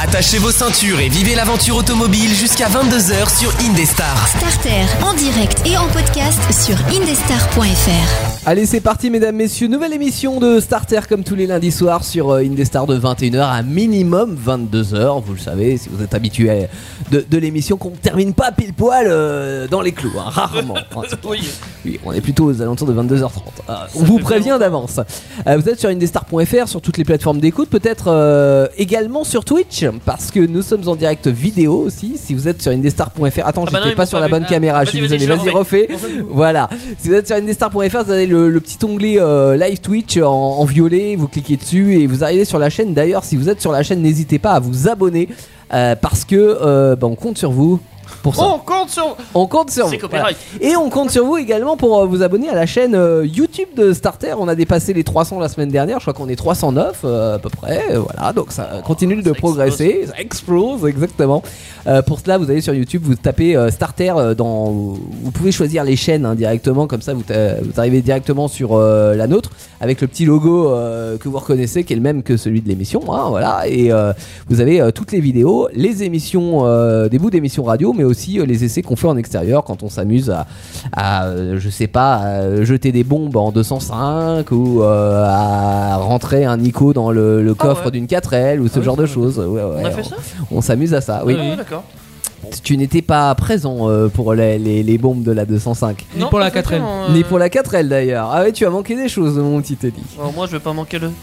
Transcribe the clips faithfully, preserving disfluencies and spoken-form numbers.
Attachez vos ceintures et vivez l'aventure automobile jusqu'à vingt-deux heures sur Indestar. Starter en direct et en podcast sur indestar point f r. Allez, c'est parti mesdames, messieurs, nouvelle émission de Starter comme tous les lundis soirs sur Indestar de vingt et une heures à minimum vingt-deux heures. Vous le savez, si vous êtes habitué de, de l'émission, qu'on ne termine pas pile poil euh, dans les clous, hein, rarement. Oui. Oui, on est plutôt aux alentours de vingt-deux heures trente. Ah, on vous prévient d'avance. Euh, vous êtes sur indestar point f r, sur toutes les plateformes d'écoute, peut-être euh, également sur Twitch, parce que nous sommes en direct vidéo aussi. Si vous êtes sur indestar point f r, attends, ah bah j'étais non, pas sur pas la bonne ah, caméra, ah, je suis désolé, vas-y, refais. Voilà. Si vous êtes sur indestar point f r, vous avez le, le petit onglet euh, live Twitch en, en violet, vous cliquez dessus et vous arrivez sur la chaîne. D'ailleurs, si vous êtes sur la chaîne, n'hésitez pas à vous abonner euh, parce que euh, bah, on compte sur vous. Pour ça. On compte sur On compte sur C'est vous. Voilà. Et on compte sur vous également pour euh, vous abonner à la chaîne euh, YouTube de Starter. On a dépassé les trois cents la semaine dernière. Je crois qu'on est trois cent neuf euh, à peu près. Euh, voilà, donc ça oh, continue de progresser. Explose. Ça explose, exactement. Euh, pour cela, vous allez sur YouTube, vous tapez euh, Starter euh, dans. Vous pouvez choisir les chaînes hein, directement, comme ça vous, vous arrivez directement sur euh, la nôtre avec le petit logo euh, que vous reconnaissez, qui est le même que celui de l'émission. Hein, voilà, et euh, vous avez euh, toutes les vidéos, les émissions, euh, des bouts d'émissions radio, mais aussi euh, les essais qu'on fait en extérieur quand on s'amuse à, à euh, je sais pas, à jeter des bombes en deux cent cinq ou euh, à rentrer un Nico dans le, le coffre ah ouais. d'une quatre L ou ce ah genre oui, de choses. Ouais, ouais, on a fait on, ça on s'amuse à ça, oui. Ah ouais, d'accord. Tu n'étais pas présent euh, pour les, les, les bombes de la deux cent cinq. Ni pour la quatre L. Euh... Ni pour la quatre L d'ailleurs. Ah ouais, tu as manqué des choses, mon petit Teddy. Alors moi, je vais pas manquer le...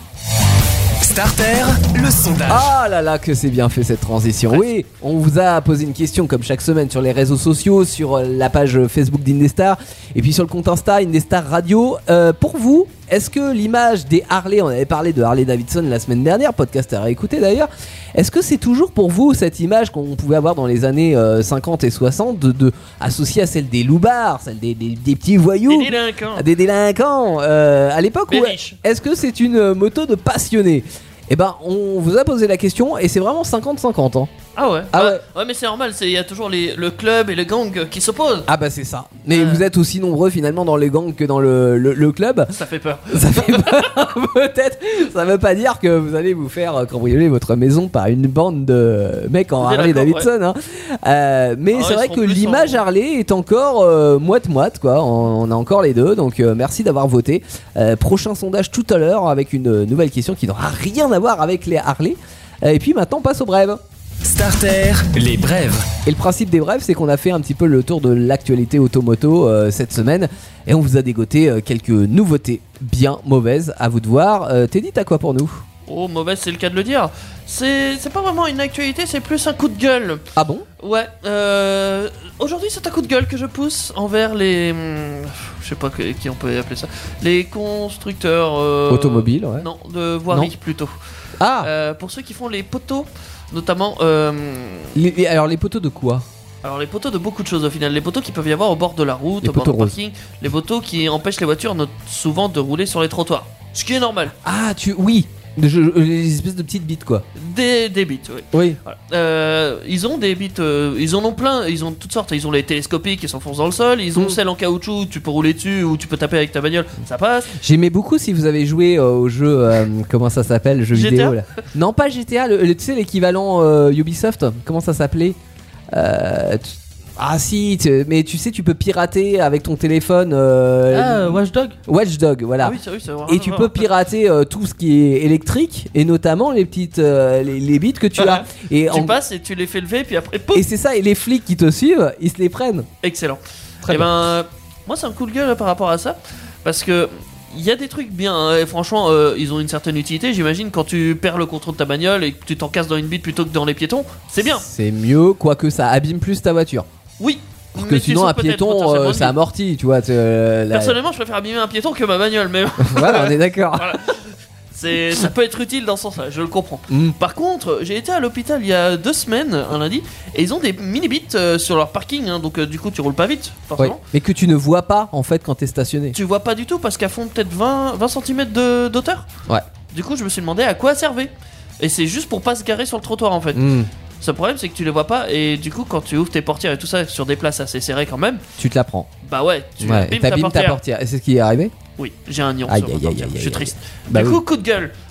Starter, le sondage. Ah là là, que c'est bien fait cette transition. Oui, on vous a posé une question comme chaque semaine sur les réseaux sociaux, sur la page Facebook d'Indestar et puis sur le compte Insta Indestar Radio. Euh, pour vous, est-ce que l'image des Harley, on avait parlé de Harley Davidson la semaine dernière, podcast à réécouter d'ailleurs, est-ce que c'est toujours pour vous cette image qu'on pouvait avoir dans les années euh, cinquante et soixante de, de, associée à celle des loupards, celle des, des, des petits voyous, des délinquants, des délinquants euh, à l'époque où est-ce que c'est une moto de passionné? Eh ben, on vous a posé la question et c'est vraiment cinquante cinquante. Hein. Ah ouais. Ah ouais. Ouais, mais c'est normal, il y a toujours les, le club et le gang qui s'opposent. Ah bah c'est ça. Mais euh... vous êtes aussi nombreux finalement dans les gangs que dans le, le, le club. Ça fait peur. Ça fait peur. Peut-être. Ça veut pas dire que vous allez vous faire cambrioler votre maison par une bande de mecs en Harley Davidson. Ouais. Hein. Euh, mais ah c'est ouais, vrai que l'image en... Harley est encore euh, moite-moite quoi. On, on a encore les deux. Donc euh, merci d'avoir voté. Euh, prochain sondage tout à l'heure avec une nouvelle question qui n'aura rien à voir avec les Harley. Et puis maintenant on passe aux brèves. Starter, les brèves. Et le principe des brèves, c'est qu'on a fait un petit peu le tour de l'actualité automoto euh, cette semaine et on vous a dégoté euh, quelques nouveautés bien mauvaises, à vous de voir. Euh, Teddy, t'as quoi pour nous ? Oh, mauvaise, c'est le cas de le dire. C'est, c'est pas vraiment une actualité, c'est plus un coup de gueule. Ah bon ? Ouais. Euh, aujourd'hui, c'est un coup de gueule que je pousse envers les... Hum, je sais pas que, qui on peut appeler ça. Les constructeurs... Euh, automobiles, ouais. Non, de voirie non. plutôt. Ah euh, pour ceux qui font les poteaux... Notamment. Euh... Les, les, alors, les poteaux de quoi ? Alors, les poteaux de beaucoup de choses au final. Les poteaux qui peuvent y avoir au bord de la route, les au bord du roses. parking. Les poteaux qui empêchent les voitures souvent de rouler sur les trottoirs. Ce qui est normal. Ah, tu. Oui. Les espèces de petites bites quoi. Des, des bites, oui. Oui. Voilà. Euh, ils ont des bites, euh, ils en ont plein, ils ont toutes sortes. Ils ont les télescopiques qui s'enfoncent dans le sol, ils ont mmh. celles en caoutchouc, tu peux rouler dessus ou tu peux taper avec ta bagnole, ça passe. J'aimais beaucoup si vous avez joué euh, au jeu, euh, comment ça s'appelle, le jeu G T A vidéo là. Non, pas G T A, le, le, tu sais l'équivalent euh, Ubisoft, comment ça s'appelait euh, tu... Ah si, tu, mais tu sais, tu peux pirater avec ton téléphone. Euh, ah, Watchdog. Watchdog, voilà. Ah oui, c'est vrai, c'est vrai. Et tu peux pirater euh, tout ce qui est électrique et notamment les petites, euh, les, les bits que tu as. Et tu en... passes et tu les fais lever puis après. Pouf. Et c'est ça. Et les flics qui te suivent, ils se les prennent. Excellent. Très et bien. ben, moi c'est un coup de gueule par rapport à ça parce que. Il y a des trucs bien, hein, et franchement, euh, ils ont une certaine utilité. J'imagine quand tu perds le contrôle de ta bagnole et que tu t'encasses dans une bite plutôt que dans les piétons, c'est bien. C'est mieux, quoique ça abîme plus ta voiture. Oui. Parce que sinon, un piéton, euh, ça amortit, tu vois. Euh, la... Personnellement, je préfère abîmer un piéton que ma bagnole, mais. Voilà, on est d'accord. Voilà. C'est, ça peut être utile dans ce sens-là, je le comprends. Mm. Par contre, j'ai été à l'hôpital il y a deux semaines, un lundi, et ils ont des mini-bits euh, sur leur parking, hein, donc euh, du coup tu roules pas vite, forcément. Ouais. Mais que tu ne vois pas en fait quand t'es stationné. Tu vois pas du tout parce qu'elles font peut-être vingt, vingt centimètres de, d'auteur. Ouais. Du coup, je me suis demandé à quoi elles servaient. Et c'est juste pour pas se garer sur le trottoir en fait. Mm. Ce problème, c'est que tu les vois pas, et du coup, quand tu ouvres tes portières et tout ça sur des places assez serrées quand même, tu te la prends. Bah ouais, tu ouais, abîmes ta, ta portière. ta portière. Et c'est ce qui est arrivé ? Oui, j'ai un nion aïe, sur ma aïe, portière, aïe, je suis aïe, triste. Bah du oui. coup, coup de gueule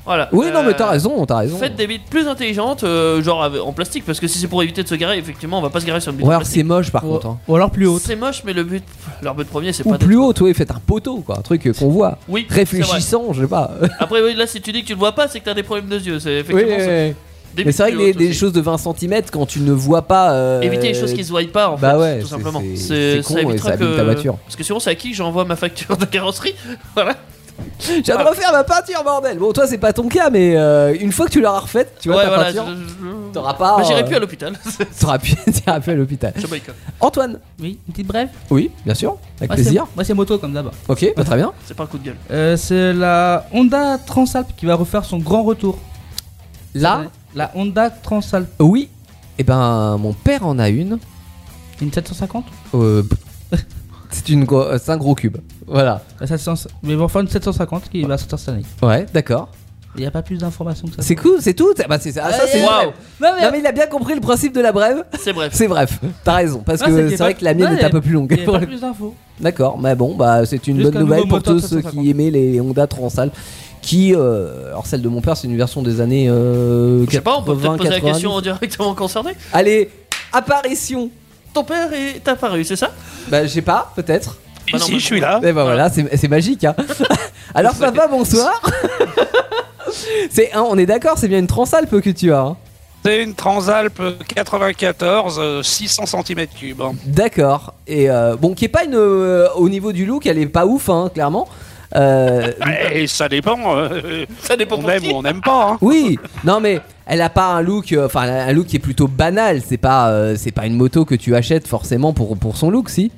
Voilà. Oui, non, mais Euh, t'as raison, t'as raison. Faites des vitres plus intelligentes, euh, genre avec- en plastique, parce que si c'est pour éviter de se garer, effectivement, on va pas se garer sur une vitre Ouais, en alors c'est plastique. moche par Ou, contre. Hein. ou alors plus haute. C'est moche, mais le but, leur but premier, c'est Ou pas plus d'être- haut, toi, faites un poteau, quoi, un truc euh, qu'on voit. Oui, c'est vrai. Réfléchissant, je sais pas. Après, oui, là, si tu dis que tu le vois pas, c'est que t'as des problèmes de yeux. C'est Oui, effectivement. oui, c'est- oui. des Mais c'est vrai vitres que les, plus hautes des aussi. choses de vingt centimètres, quand tu ne vois pas. euh, Éviter les choses qui se voient pas, en bah fait, ouais, tout c'est- simplement. c'est- c'est con et évitera ça abîme ta voiture. Parce que sinon, c'est à qui j'envoie ma facture de carrosserie. Voilà. Je viens de refaire ma peinture, bordel. Bon, toi, c'est pas ton cas, mais euh, une fois que tu l'auras refaite, tu vois Ouais, ta voilà. peinture, je- je- t'auras pas. Bah, j'irai euh, plus à l'hôpital. T'auras pu, t'iras plus à l'hôpital. Je boycotte. Antoine. Oui, une petite brève. Oui, bien sûr, avec Moi, plaisir. c'est- Moi, c'est moto comme d'hab. Ok, bah, très bien. C'est pas un coup de gueule. Euh, c'est la Honda Transalp qui va refaire son grand retour. Là, La Honda Transalp. oui. Et ben, mon père en a une. Une sept cent cinquante. Euh, c'est une, gro- euh, c'est un gros cube. Voilà. La sept cents Mais bon, enfin une sept cent cinquante qui va sortir cette année. Ouais, d'accord. Il n'y a pas plus d'informations que ça. C'est cool, c'est tout. Bah, c'est, ah, ça, c'est une Waouh. brève. Non, mais, Non, mais il a bien compris le principe de la brève. C'est bref. C'est bref. T'as raison, parce Ah, que c'est qu'il y a c'est pas- vrai que la mienne Ouais, est un peu plus longue. il n'y a pas plus d'infos. D'accord, mais bon, bah c'est une Juste bonne un nouvelle nouveau pour moteur tous de ceux sept cent cinquante. qui aimaient les Honda Transalp. Qui, euh, alors celle de mon père, c'est une version des années euh, Je sais pas, on peut peut-être poser la quatre-vingts, question directement concernée. Allez, apparition. Ton père est apparu, c'est ça? Bah, je sais pas, peut-être. Bah non, Ici, bah, je suis là. Et bah voilà, c'est, c'est magique. Hein. Alors, papa, bonsoir. c'est, hein, on est d'accord, c'est bien une Transalp que tu as. Hein. C'est une Transalp quatre-vingt-quatorze, euh, six cents centimètres cubes. D'accord. Et euh, bon, qui est pas une. euh, au niveau du look, elle est pas ouf, hein, clairement. Euh, Et ça dépend. euh, Ça dépend on pour aime qui. ou on n'aime pas. Hein. Oui, non mais elle a pas un look, euh, enfin un look qui est plutôt banal. C'est pas, euh, c'est pas une moto que tu achètes forcément pour pour son look, si.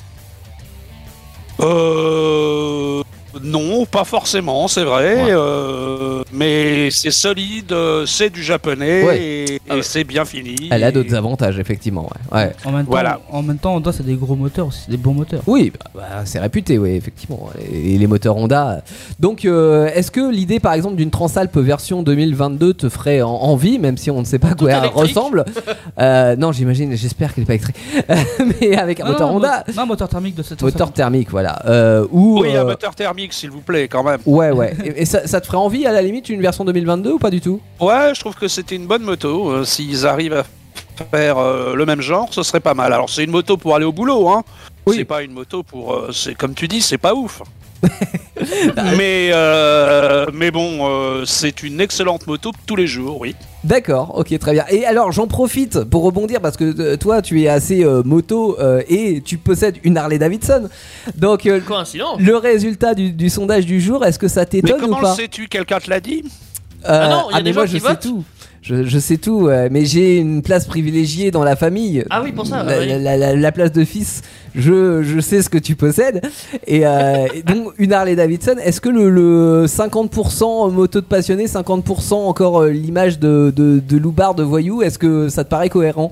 Euh. Non, pas forcément, c'est vrai. Ouais. euh, mais c'est solide, euh, c'est du japonais Ouais. et, et Ah ouais. c'est bien fini. Elle a et- d'autres avantages, effectivement. Ouais. Ouais. En même temps, Voilà. en même temps, Honda, c'est des gros moteurs aussi, des bons moteurs. Oui, bah, bah, c'est réputé, oui, effectivement. Et, et les moteurs Honda. Donc, euh, est-ce que l'idée, par exemple, d'une Transalp version deux mille vingt-deux te ferait en- envie, même si on ne sait pas à quoi elle électrique. ressemble? Euh, Non, j'imagine, j'espère qu'elle n'est pas électrique. Mais avec un Non, moteur non, Honda, mo- Non, moteur thermique de sept cent cinquante. moteur thermique, voilà. Euh, ou Oui, euh, un moteur thermique, s'il vous plaît, quand même. ouais, ouais. Et, et ça, ça te ferait envie à la limite une version deux mille vingt-deux ou pas du tout? Ouais, je trouve que c'était une bonne moto. Euh, S'ils arrivent à faire euh, le même genre, ce serait pas mal. Alors, c'est une moto pour aller au boulot, hein. Oui. C'est pas une moto pour. euh, c'est comme tu dis, c'est pas ouf. mais euh, mais bon, euh, c'est une excellente moto tous les jours, oui. D'accord, ok, très bien. Et alors, j'en profite pour rebondir parce que euh, toi, tu es assez euh, moto euh, et tu possèdes une Harley Davidson. Donc, euh, Coïncidence. le résultat du, du sondage du jour, est-ce que ça Mais t'étonne ou comment le pas? sais-tu? Quelqu'un te l'a dit? Euh, Ah non, il y a mais des moi, gens je qui sais votent. tout. Je, je sais tout, ouais, mais j'ai une place privilégiée dans la famille. Ah oui, pour ça, La, oui. la- la- la place de fils, je, je sais ce que tu possèdes. Et, euh, et donc, une Harley Davidson, est-ce que le, le cinquante pour cent moto de passionné, cinquante pour cent encore euh, l'image de, de, de loupard, de voyou, est-ce que ça te paraît cohérent?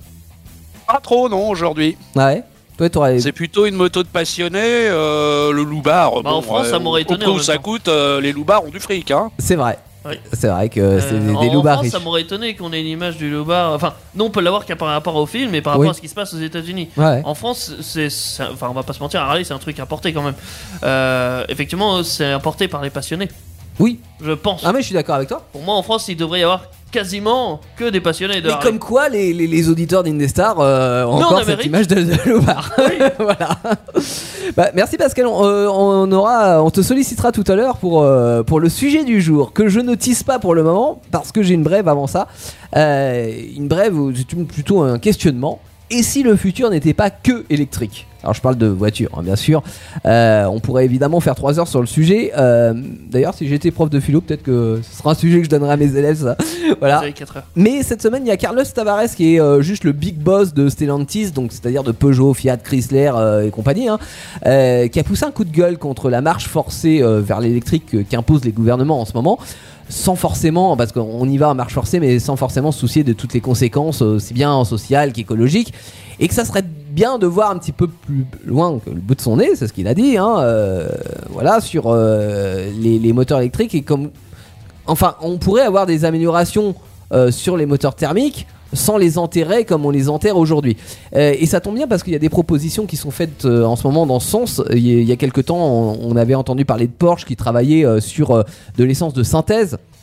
Pas trop, non, aujourd'hui. Ouais. Toi, t'aurais. C'est plutôt une moto de passionné. euh, le loupard. Bah, en France, ça m'aurait étonné, Au en coup où même ça temps. coûte, euh, les loupards ont du fric, hein. C'est vrai. Oui. C'est vrai que c'est Euh, des, en, des en loupards France, riches. ça m'aurait étonné qu'on ait une image du loupard. Enfin, nous, on peut l'avoir qu'à par rapport au film, mais par rapport Oui. à ce qui se passe aux États-Unis. Ouais. En France, c'est, c'est- enfin, on va pas se mentir, Harley, c'est un truc importé quand même. Euh, effectivement, c'est importé par les passionnés, Oui. je pense. Ah, mais je suis d'accord avec toi. Pour moi, en France, il devrait y avoir quasiment que des passionnés de Mais Harley. comme quoi, les, les, les auditeurs d'Indestar euh, ont Non, encore en cette Amérique. image de, de loupard. Voilà. Bah, merci Pascal. On, euh, on aura, on te sollicitera tout à l'heure pour euh, pour le sujet du jour que je ne tisse pas pour le moment parce que j'ai une brève avant ça. Euh, une brève, où c'est plutôt un questionnement. Et si le futur n'était pas que électrique? Alors je parle de voiture, hein, bien sûr. Euh, on pourrait évidemment faire trois heures sur le sujet. Euh, D'ailleurs, si j'étais prof de philo, peut-être que ce sera un sujet que je donnerai à mes élèves. Ça. Voilà. Vous avez quatre heures. Mais cette semaine, il y a Carlos Tavares qui est euh, juste le big boss de Stellantis, donc c'est-à-dire de Peugeot, Fiat, Chrysler euh, et compagnie, hein, euh, qui a poussé un coup de gueule contre la marche forcée euh, vers l'électrique euh, qu'imposent les gouvernements en ce moment, sans forcément, parce qu'on y va en marche forcée, mais sans forcément se soucier de toutes les conséquences, euh, aussi bien sociales qu'écologiques, et que ça serait bien de voir un petit peu plus loin que le bout de son nez, c'est ce qu'il a dit, hein, euh, voilà, sur euh, les, les moteurs électriques et comme enfin, on pourrait avoir des améliorations euh, sur les moteurs thermiques sans les enterrer comme on les enterre aujourd'hui. Euh, et ça tombe bien parce qu'il y a des propositions qui sont faites euh, en ce moment dans ce sens. Il y a, il y a quelques temps, on, on avait entendu parler de Porsche qui travaillait euh, sur euh, de l'essence de synthèse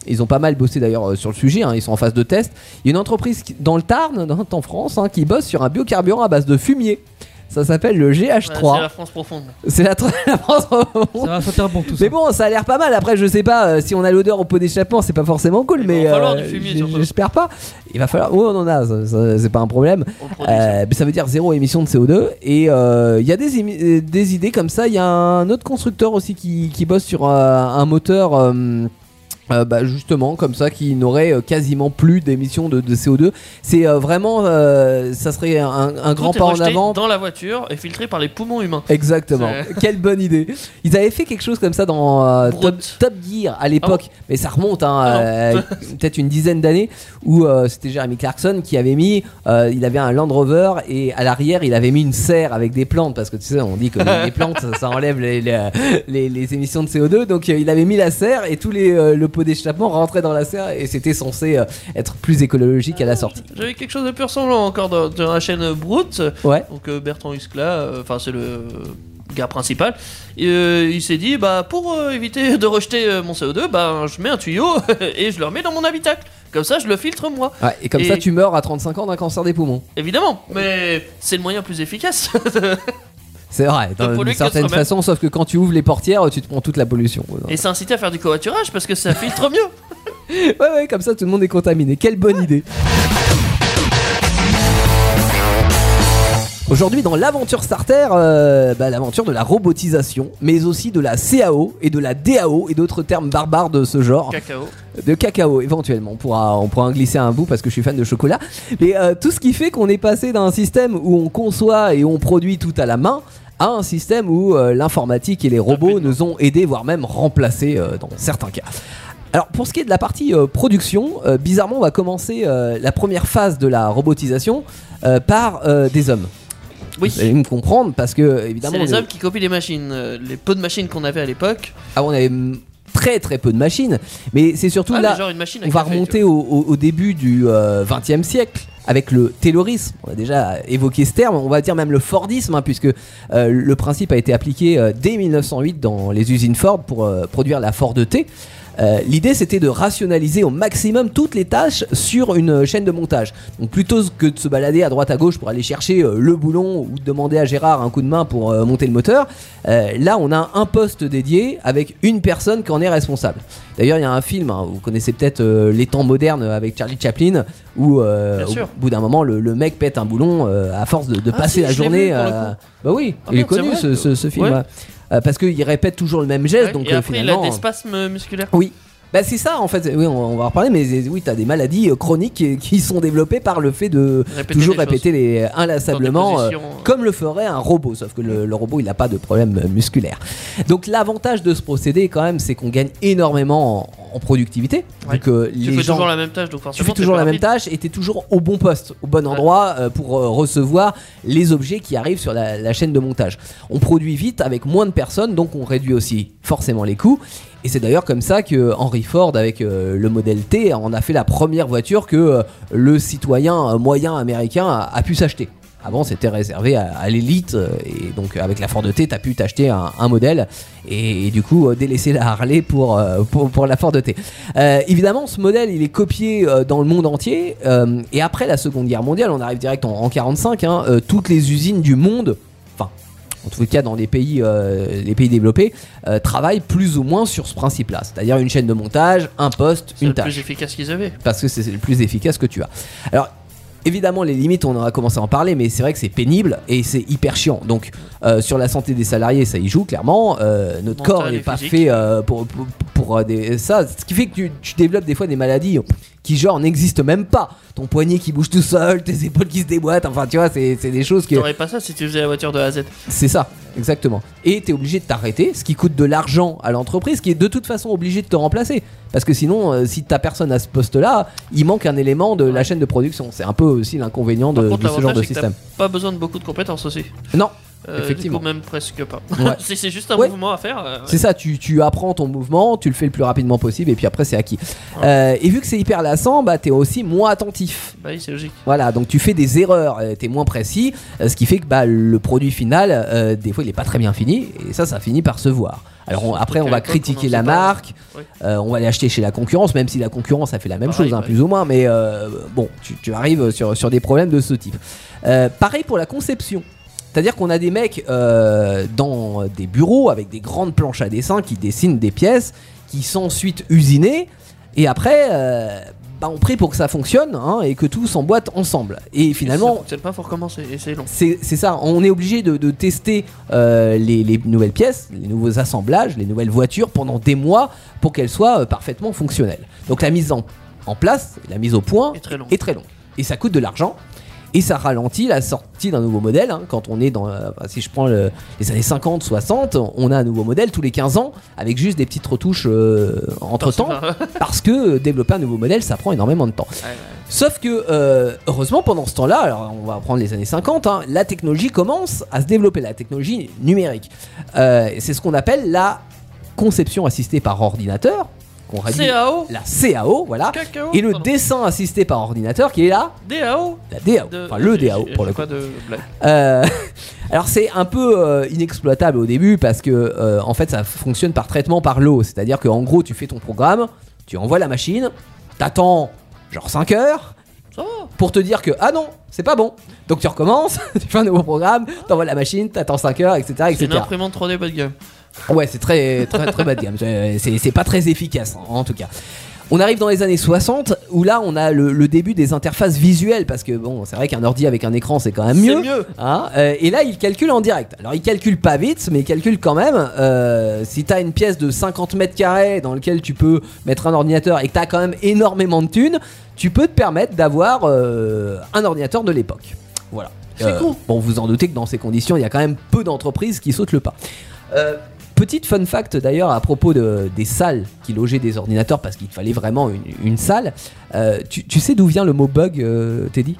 Ils ont pas mal bossé d'ailleurs euh, sur le sujet, hein, ils sont en phase de test. Il y a une entreprise qui, dans le Tarn, dans, en France, hein, qui bosse sur un biocarburant à base de fumier. Ça s'appelle le G H trois. Ouais, c'est la France profonde. C'est la, la France profonde. Ça va sentir bon tout ça. Mais bon, ça a l'air pas mal. Après, je sais pas euh, si on a l'odeur au pot d'échappement, c'est pas forcément cool. Il mais va falloir euh, du fumier, j- surtout. j'espère pas. Il va falloir. Oui, on en a. Ça, ça, c'est pas un problème. On produit Euh, mais ça veut dire zéro émission de C O deux. Et il euh, y a des, émi- euh, des idées comme ça. Il y a un autre constructeur aussi qui, qui bosse sur euh, un moteur. Euh, Euh, bah justement comme ça qui n'aurait euh, quasiment plus d'émissions de, de C O deux. C'est euh, vraiment euh, ça serait un, un Tout grand est pas en rejeté avant. dans la voiture et filtré par les poumons humains. Exactement. C'est- Quelle bonne idée. Ils avaient fait quelque chose comme ça dans euh, Brut. Top, Top Gear à l'époque, mais ça remonte hein, Ah euh, peut-être une dizaine d'années où euh, c'était Jeremy Clarkson qui avait mis, euh, il avait un Land Rover et à l'arrière il avait mis une serre avec des plantes parce que tu sais on dit que les, les plantes ça, ça enlève les, les, les, les émissions de C O deux, donc euh, il avait mis la serre et tous les euh, le pot d'échappement rentrait dans la serre et c'était censé euh, être plus écologique à la sortie. J'avais quelque chose de plus ressemblant encore dans, dans la chaîne Brut. Ouais. Donc euh, Bertrand Huskla, enfin c'est le euh, gars principal. Et, euh, il s'est dit bah pour euh, éviter de rejeter euh, mon C O deux, bah je mets un tuyau et je le remets dans mon habitacle. Comme ça, je le filtre moi. Ouais, et comme Et- ça tu meurs à trente-cinq ans d'un cancer des poumons. Évidemment, mais c'est le moyen plus efficace. C'est vrai, De d'une polluer que certaine soi-même. façon, sauf que quand tu ouvres les portières, tu te prends toute la pollution. Et c'est incité à faire du covoiturage parce que ça filtre mieux. Ouais, ouais, comme ça tout le monde est contaminé. Quelle bonne idée. Aujourd'hui, dans l'aventure starter, euh, bah, l'aventure de la robotisation, mais aussi de la C A O et de la D A O et d'autres termes barbares de ce genre. Cacao. De cacao, éventuellement. On pourra, on pourra en glisser un bout parce que je suis fan de chocolat. Mais euh, tout ce qui fait qu'on est passé d'un système où on conçoit et on produit tout à la main à un système où euh, l'informatique et les robots nous ont aidés, voire même remplacés euh, dans certains cas. Alors pour ce qui est de la partie euh, production, euh, bizarrement on va commencer euh, la première phase de la robotisation euh, par euh, des hommes. Oui. Vous allez me comprendre parce que évidemment C'est les on est- hommes qui copient les machines. Euh, Les peu de machines qu'on avait à l'époque. ah, on avait mm, très très peu de machines, mais c'est surtout Ah, là mais genre une machine à on va café, remonter tu au, au- au début du vingtième siècle avec le taylorisme. On a déjà évoqué ce terme, on va dire même le Fordisme, hein, puisque euh, le principe a été appliqué euh, dès mille neuf cent huit dans les usines Ford pour euh, produire la Ford T. Euh, L'idée c'était de rationaliser au maximum toutes les tâches sur une chaîne de montage. Donc plutôt que de se balader à droite à gauche pour aller chercher euh, le boulon ou de demander à Gérard un coup de main pour euh, monter le moteur, euh, là on a un poste dédié avec une personne qui en est responsable. D'ailleurs il y a un film, hein, vous connaissez peut-être euh, Les temps modernes avec Charlie Chaplin, où euh, Bien au sûr. bout d'un moment le, le mec pète un boulon euh, à force de, de Ah, passer si, la je l'ai journée. vu, pour le euh, coup. bah oui, Ah, il est merde, c'est connu vrai. ce, ce- ce film. Ouais. Ouais. Euh, parce qu'il répète toujours le même geste, Ouais, donc et euh, après finalement. il a des spasmes musculaires. Oui. Bah c'est ça en fait, oui on, on va en reparler, mais euh, oui t'as des maladies euh, chroniques qui, qui sont développées par le fait de Répéter toujours les répéter les inlassablement Dans des euh, positions, euh. comme le ferait un robot, sauf que le, le robot il n'a pas de problème euh, musculaire. Donc l'avantage de ce procédé quand même c'est qu'on gagne énormément en, en productivité, Ouais. vu que Tu les fais gens... toujours la même tâche donc Tu forcément fais toujours t'es la plus même rapide. tâche et tu es toujours au bon poste, au bon endroit euh, pour euh, recevoir les objets qui arrivent sur la, la chaîne de montage. On produit vite avec moins de personnes, donc on réduit aussi forcément les coûts. Et c'est d'ailleurs comme ça que Henry Ford, avec euh, le modèle T, en a fait la première voiture que euh, le citoyen euh, moyen américain a, a pu s'acheter. Avant, c'était réservé à, à l'élite, euh, et donc avec la Ford T, tu as pu t'acheter un, un modèle et, et du coup euh, délaisser la Harley pour, euh, pour, pour la Ford T. Euh, évidemment, ce modèle, il est copié euh, dans le monde entier, euh, et après la Seconde Guerre mondiale, on arrive direct en, en quarante-cinq, hein, euh, toutes les usines du monde, enfin, en tout cas dans les pays, euh, les pays développés, euh, travaillent plus ou moins sur ce principe-là. C'est-à-dire une chaîne de montage, un poste, C'est une le tâche. plus efficace qu'ils avaient. Parce que c'est le plus efficace que tu as. Alors, évidemment, les limites, on aura commencé à en parler, mais c'est vrai que c'est pénible et c'est hyper chiant. Donc, euh, sur la santé des salariés, ça y joue clairement. Euh, notre Mental corps et n'est pas physique. fait euh, pour, pour, pour, euh, des, ça. Ce qui fait que tu, tu développes des fois des maladies qui, genre, n'existent même pas. Ton poignet qui bouge tout seul, tes épaules qui se déboîtent. Enfin, tu vois, c'est c'est des choses que. T'aurais pas ça si tu faisais la voiture de A à Z. C'est ça, exactement. Et t'es obligé de t'arrêter, ce qui coûte de l'argent à l'entreprise, qui est de toute façon obligé de te remplacer. Parce que sinon, euh, si t'as personne à ce poste-là, il manque un élément de la chaîne de production. C'est un peu aussi l'inconvénient de, Par contre, de ce genre l'avantage de c'est que système. t'as pas besoin de beaucoup de compétences aussi. Non, Euh, Effectivement. Du coup, même presque pas. Ouais. si c'est juste un Ouais. mouvement à faire. euh, C'est ça, tu, tu apprends ton mouvement, tu le fais le plus rapidement possible et puis après c'est acquis. Euh, et vu que c'est hyper lassant, bah t'es aussi moins attentif. Bah oui, c'est logique. Voilà, donc tu fais des erreurs, euh, t'es moins précis, euh, ce qui fait que bah, le produit final, euh, des fois il est pas très bien fini et ça, ça finit par se voir. Alors on- après on qu'à va l'époque, critiquer on en la sait pas. marque, Oui. euh, on va aller acheter chez la concurrence, même si la concurrence a fait la même Pareil, chose, hein, ouais. plus ou moins, mais euh, bon, tu, tu arrives sur, sur des problèmes de ce type. Euh, pareil pour la conception. C'est-à-dire qu'on a des mecs euh, dans des bureaux avec des grandes planches à dessin qui dessinent des pièces qui sont ensuite usinées et après euh, bah, on prie pour que ça fonctionne hein, et que tout s'emboîte ensemble. Et Si ça finalement, fonctionne pas, faut recommencer et c'est long. c'est c'est ça, on est obligé de, de tester euh, les, les nouvelles pièces, les nouveaux assemblages, les nouvelles voitures pendant des mois pour qu'elles soient euh, parfaitement fonctionnelles. Donc la mise en, en place, la mise au point Et très long. est très longue. Et ça coûte de l'argent. Et ça ralentit la sortie d'un nouveau modèle. hein. Quand on est dans. euh, si je prends le- les années cinquante, soixante, on a un nouveau modèle tous les quinze ans avec juste des petites retouches euh, entre temps. Par-ci, par-là. Parce que euh, développer un nouveau modèle, ça prend énormément de temps. Ouais, ouais. Sauf que, euh, heureusement, pendant ce temps-là, alors on va prendre les années cinquante, hein, la technologie commence à se développer, la technologie numérique. Euh, et c'est ce qu'on appelle la conception assistée par ordinateur, qu'on réduit C A O la C A O, voilà. Cacao Et le Pardon. dessin assisté par ordinateur qui est là, D A O la D A O, De- enfin le j'ai- D A O j'ai- pour j'ai le coup. pas de blague. Euh, alors c'est un peu euh, inexploitable au début parce que euh, en fait ça fonctionne par traitement par lot, c'est-à-dire que en gros tu fais ton programme, tu envoies la machine, t'attends genre cinq heures Ça va. pour te dire que ah non c'est pas bon, donc tu recommences, tu fais un nouveau programme, t'envoies la machine, t'attends cinq heures, etc, C'est une etc. imprimante trois D bas de gamme. Ouais, c'est très très très bas de gamme. C'est c'est pas très efficace en, en tout cas. On arrive dans les années soixante où là on a le, le début des interfaces visuelles parce que bon c'est vrai qu'un ordi avec un écran c'est quand même mieux. C'est mieux. Hein, euh, et là il calcule en direct. Alors il calcule pas vite mais il calcule quand même. Euh, si t'as une pièce de cinquante mètres carrés dans lequel tu peux mettre un ordinateur et que t'as quand même énormément de thunes, tu peux te permettre d'avoir euh, un ordinateur de l'époque. Voilà. C'est cool. Bon vous en doutez que dans ces conditions il y a quand même peu d'entreprises qui sautent le pas. Euh, Petite fun fact d'ailleurs à propos de, des salles qui logeaient des ordinateurs parce qu'il fallait vraiment une, une salle. Euh, tu, tu sais d'où vient le mot bug, euh, Teddy?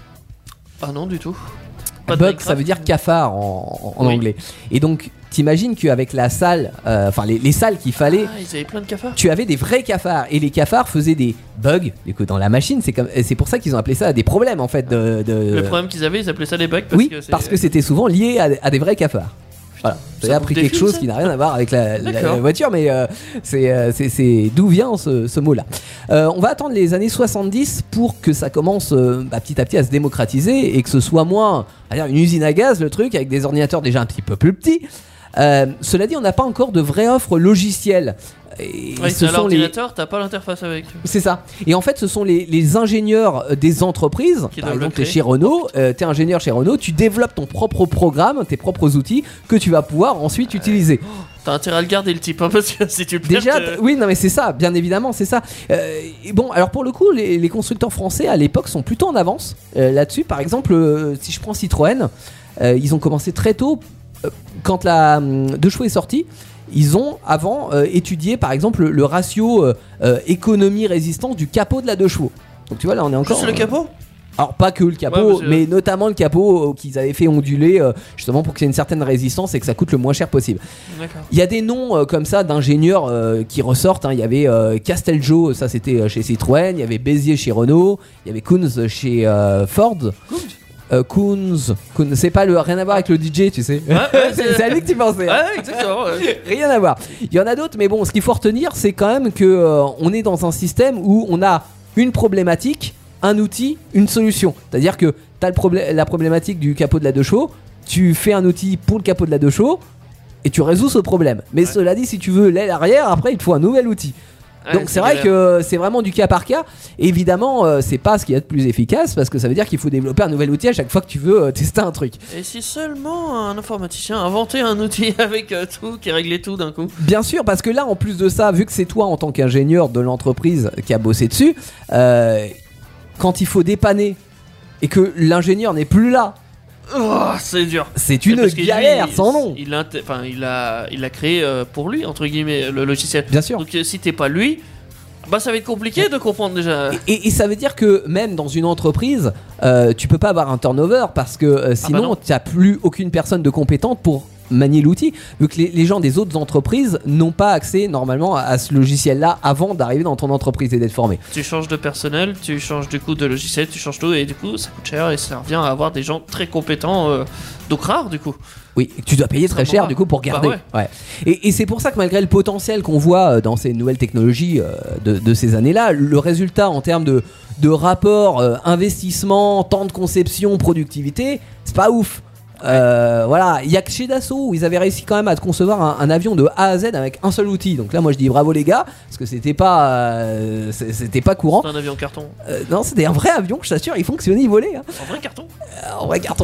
Ah non, du tout. Pas de Bug, Minecraft. ça veut dire cafard en, en Oui. anglais. Et donc, t'imagines qu'avec la salle, euh, enfin les, les salles qu'il fallait, Ah, ils avaient plein de cafards. tu avais des vrais cafards et les cafards faisaient des bugs. Du coup, dans la machine, c'est comme, c'est pour ça qu'ils ont appelé ça des problèmes en fait. De, de- Le problème qu'ils avaient, ils appelaient ça des bugs parce oui, que c'est- parce que c'était souvent lié à, à des vrais cafards. Voilà, ça j'ai appris bouffe des quelque fils, chose ça qui n'a rien à voir avec la, la- D'accord. la voiture, mais euh, c'est, euh, c'est, c'est d'où vient ce, ce mot-là. Euh, on va attendre les années soixante-dix pour que ça commence euh, bah, petit à petit à se démocratiser et que ce soit moins, à dire une usine à gaz le truc avec des ordinateurs déjà un petit peu plus petits. Euh, cela dit, on n'a pas encore de vraie offre logicielle. Et Ouais, ce c'est sont les, l'ordinateur, t'as pas l'interface avec. c'est ça. Et en fait, ce sont les, les ingénieurs euh, des entreprises. Qui Par doivent le exemple, t'es créer. chez Renault, euh, t'es ingénieur chez Renault, tu développes ton propre programme, tes propres outils que tu vas pouvoir ensuite utiliser. T'as intérêt à le garder le type, hein, parce que si tu le perds, Déjà, te- t- oui, non, mais c'est ça, bien évidemment, c'est ça. Euh, et bon, alors pour le coup, les, les constructeurs français à l'époque sont plutôt en avance euh, là-dessus. Par exemple, euh, si je prends Citroën, euh, ils ont commencé très tôt, euh, quand la hum, deux chevaux est sortie. Ils ont avant euh, étudié par exemple le, le ratio euh, euh, économie-résistance du capot de la deux chevaux. Donc tu vois là on est encore. Juste le euh, capot. alors pas que le capot, Ouais, parce que- mais notamment le capot euh, qu'ils avaient fait onduler euh, justement pour qu'il y ait une certaine résistance et que ça coûte le moins cher possible. D'accord. Il y a des noms euh, comme ça d'ingénieurs euh, qui ressortent. hein. Il y avait euh, Castelgio, ça c'était euh, chez Citroën. Il y avait Bézier chez Renault. Il y avait Kunz chez euh, Ford. Euh, Kunz, Kunz, c'est pas le rien à voir avec le D J, tu sais. Ouais, ouais, c'est c'est à lui que tu pensais. hein. Ouais, exactement. ouais. Rien à voir. Il y en a d'autres, mais bon, ce qu'il faut retenir, c'est quand même que euh, on est dans un système où on a une problématique, un outil, une solution. C'est-à-dire que tu as la problématique du capot de la deux chevaux, tu fais un outil pour le capot de la deux chevaux et tu résous ce problème. Mais Ouais. cela dit, si tu veux l'aile arrière, après il te faut un nouvel outil. Ouais, Donc c'est vrai galère. que c'est vraiment du cas par cas. Évidemment, euh, c'est pas ce qu'il y a de plus efficace parce que ça veut dire qu'il faut développer un nouvel outil à chaque fois que tu veux euh, tester un truc. Et si seulement un informaticien inventait un outil avec euh, tout, qui réglait tout d'un coup. Bien sûr, parce que là, en plus de ça, vu que c'est toi en tant qu'ingénieur de l'entreprise qui a bossé dessus, euh, quand il faut dépanner et que l'ingénieur n'est plus là, Oh, c'est dur. c'est Mais une parce que galère lui, sans nom. Il a, enfin, il a, il a créé euh, pour lui entre guillemets le logiciel. Bien sûr. Donc euh, si t'es pas lui, Bah ça va être compliqué de comprendre déjà. Et, et, et ça veut dire que même dans une entreprise, euh, tu peux pas avoir un turnover parce que euh, sinon ah bah tu n'as plus aucune personne de compétente pour manier l'outil, vu que les, les gens des autres entreprises n'ont pas accès normalement à, à ce logiciel-là avant d'arriver dans ton entreprise et d'être formé. Tu changes de personnel, tu changes du coup de logiciel, tu changes tout et du coup ça coûte cher et ça revient à avoir des gens très compétents, euh, donc rares du coup. Oui, tu dois payer très cher du coup pour garder. Bah ouais. Ouais. Et, et c'est pour ça que malgré le potentiel qu'on voit dans ces nouvelles technologies euh, de, de ces années-là, le résultat en termes de, de rapport euh, investissement, temps de conception, productivité, c'est pas ouf. Euh, voilà, il y a que chez Dassault où ils avaient réussi quand même à concevoir un, un avion de A à Z avec un seul outil. Donc là, moi je dis bravo les gars, parce que c'était pas, euh, c'était pas courant. C'est un avion carton. Euh, non, c'était un vrai avion, je t'assure, il fonctionnait, il volait. Hein. En vrai carton. Euh, en vrai carton.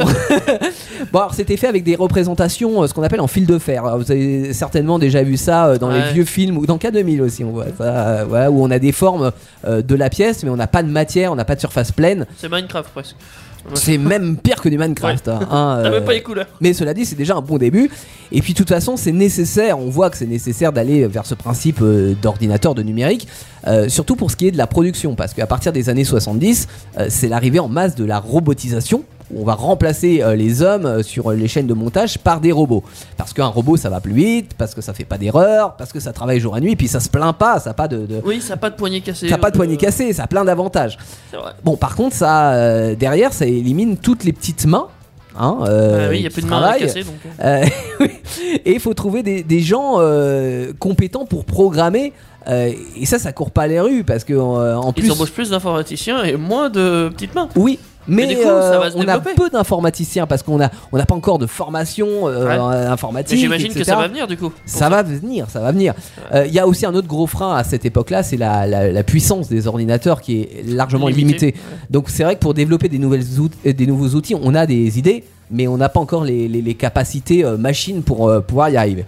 Bon, alors c'était fait avec des représentations, euh, ce qu'on appelle en fil de fer. Alors, vous avez certainement déjà vu ça euh, dans ouais. les vieux films ou dans K deux mille aussi, on voit ça, euh, voilà, où on a des formes euh, de la pièce, mais on n'a pas de matière, on n'a pas de surface pleine. C'est Minecraft presque. C'est même pire que du Minecraft. Ouais. Hein, hein, T'as euh, même pas les couleurs. Mais cela dit, c'est déjà un bon début. Et puis, de toute façon, c'est nécessaire. On voit que c'est nécessaire d'aller vers ce principe euh, d'ordinateur, de numérique, euh, surtout pour ce qui est de la production, parce qu'à partir des années soixante-dix, euh, c'est l'arrivée en masse de la robotisation. Où on va remplacer euh, les hommes euh, sur les chaînes de montage par des robots. Parce qu'un robot, ça va plus vite, parce que ça fait pas d'erreur, parce que ça travaille jour et nuit, puis ça se plaint pas, ça a pas de. de... Oui, ça a pas de poignée cassée. Ça a pas de euh, poignée cassée, ça a plein d'avantages. C'est vrai. Bon, par contre, ça euh, derrière, ça élimine toutes les petites mains. Hein, euh, Ah oui, il y a plus de mains à travaillent. casser donc. euh. Euh, et il faut trouver des, des gens euh, compétents pour programmer. Euh, et ça, ça court pas les rues parce que euh, en plus. Ils embauchent plus d'informaticiens et moins de petites mains. Oui. Mais, Mais du coup, euh, ça va se on a développer. peu d'informaticiens parce qu'on a on n'a pas encore de formation euh, Ouais. informatique. Mais j'imagine et cetera. que ça va venir du coup. Ça va venir, ça va venir. Il euh, y a aussi un autre gros frein à cette époque-là, c'est la, la, la puissance des ordinateurs qui est largement Limité. limitée. Donc c'est vrai que pour développer des, nouvelles out- des nouveaux outils, on a des idées, mais on n'a pas encore les, les, les capacités euh, machines pour euh, pouvoir y arriver.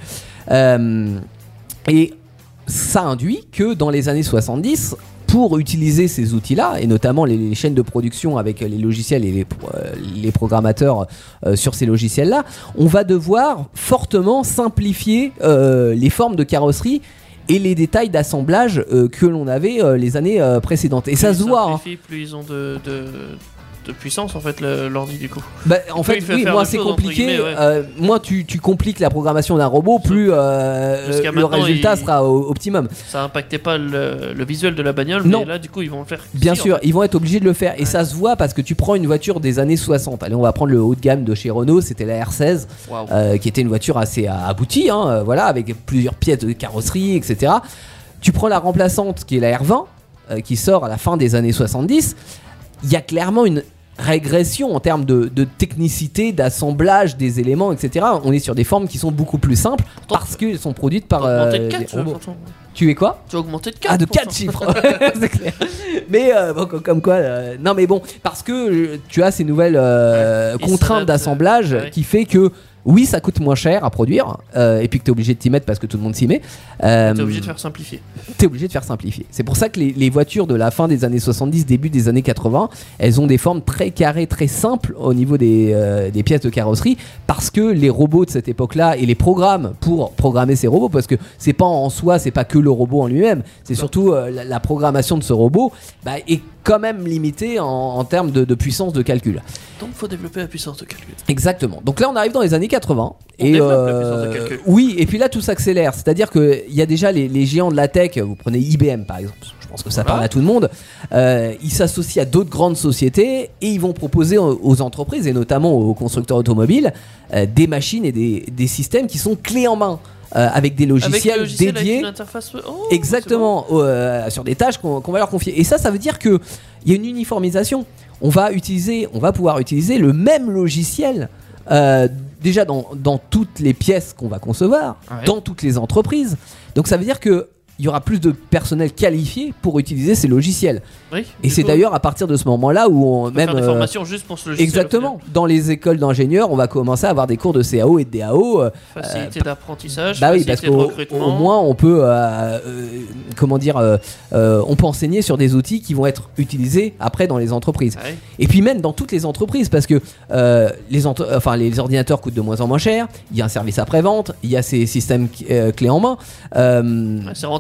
Euh, et ça induit que dans les années soixante-dix, pour utiliser ces outils-là, et notamment les, les chaînes de production avec les logiciels et les, euh, les programmateurs euh, sur ces logiciels-là, on va devoir fortement simplifier euh, les formes de carrosserie et les détails d'assemblage euh, que l'on avait euh, les années euh, précédentes. Et Plus ça se ils voit. Hein. simplifient, plus ils ont de, de, de puissance en fait le- l'ordi du coup. Bah, en Plus fait, il fait oui, faire moins de c'est choses, entre compliqué. guillemets, ouais. euh, moins tu, tu compliques la programmation d'un robot, plus euh, Jusqu'à le maintenant, résultat il- sera au optimum. Ça impactait pas le, le visuel de la bagnole, Non. mais là du coup ils vont le faire. Bien si, en sûr, fait. ils vont être obligés de le faire. Et Ouais. ça se voit parce que tu prends une voiture des années soixante. Allez, on va prendre le haut de gamme de chez Renault, c'était la R seize, Waouh. euh, qui était une voiture assez euh, aboutie, hein, euh, voilà, avec plusieurs pièces de carrosserie, et cetera. Tu prends la remplaçante qui est la R vingt, euh, qui sort à la fin des années soixante-dix. Il y a clairement une régression en termes de, de technicité, d'assemblage des éléments, et cetera. On est sur des formes qui sont beaucoup plus simples Pourtant, parce qu'elles sont produites par Tu vas euh, augmenter de des quatre, robots. pourtant. Tu es quoi? Tu vas augmenter de quatre. Ah, de pourtant. quatre chiffres. C'est clair. Mais euh, bon, comme, comme quoi euh, non mais bon, parce que euh, tu as ces nouvelles euh, Ouais. Ils contraintes s'adaptent, d'assemblage euh, ouais. qui fait que oui, ça coûte moins cher à produire, euh, et puis que tu es obligé de t'y mettre parce que tout le monde s'y met. Euh, T'es obligé de faire simplifier. T'es obligé de faire simplifier. C'est pour ça que les, les voitures de la fin des années soixante-dix, début des années quatre-vingts, elles ont des formes très carrées, très simples au niveau des, euh, des pièces de carrosserie, parce que les robots de cette époque-là et les programmes pour programmer ces robots, parce que c'est pas en soi, c'est pas que le robot en lui-même, c'est surtout euh, la, la programmation de ce robot bah, est quand même limitée en, en termes de, de puissance de calcul. Donc faut développer la puissance de calcul. Exactement. Donc là, on arrive dans les années quatre-vingts. On et développe la euh, puissance de calcul. oui, et puis là, tout s'accélère. C'est-à-dire qu'il y a déjà les, les géants de la tech. Vous prenez I B M, par exemple. Je pense que ça Voilà. parle à tout le monde. Euh, ils s'associent à d'autres grandes sociétés et ils vont proposer aux, aux entreprises, et notamment aux constructeurs automobiles, euh, des machines et des, des systèmes qui sont clés en main. Euh, avec des Avec logiciels le logiciel dédiés. avec une interface. Oh, Exactement, euh, sur des tâches qu'on qu'on va leur confier. Et ça, ça veut dire qu'il y a une uniformisation. On va utiliser, on va pouvoir utiliser le même logiciel euh, déjà dans, dans toutes les pièces qu'on va concevoir, Ouais. dans toutes les entreprises. Donc ça veut dire que il y aura plus de personnel qualifié pour utiliser ces logiciels. Oui, Et du c'est coup, d'ailleurs à partir de ce moment-là où on on peut même faire des euh, formations juste pour ce logiciel. exactement, dans les écoles d'ingénieurs, on va commencer à avoir des cours de C A O et de D A O. euh, Facilité d'apprentissage, bah oui, facilité parce de qu'au recrutement. au moins on peut, euh, euh, comment dire, euh, euh, on peut enseigner sur des outils qui vont être utilisés après dans les entreprises. Ouais. Et puis même dans toutes les entreprises, parce que euh, les, entre- enfin, les ordinateurs coûtent de moins en moins cher. Il y a un service après-vente, il y a ces systèmes euh, clés en main. Euh, Ouais, c'est rentable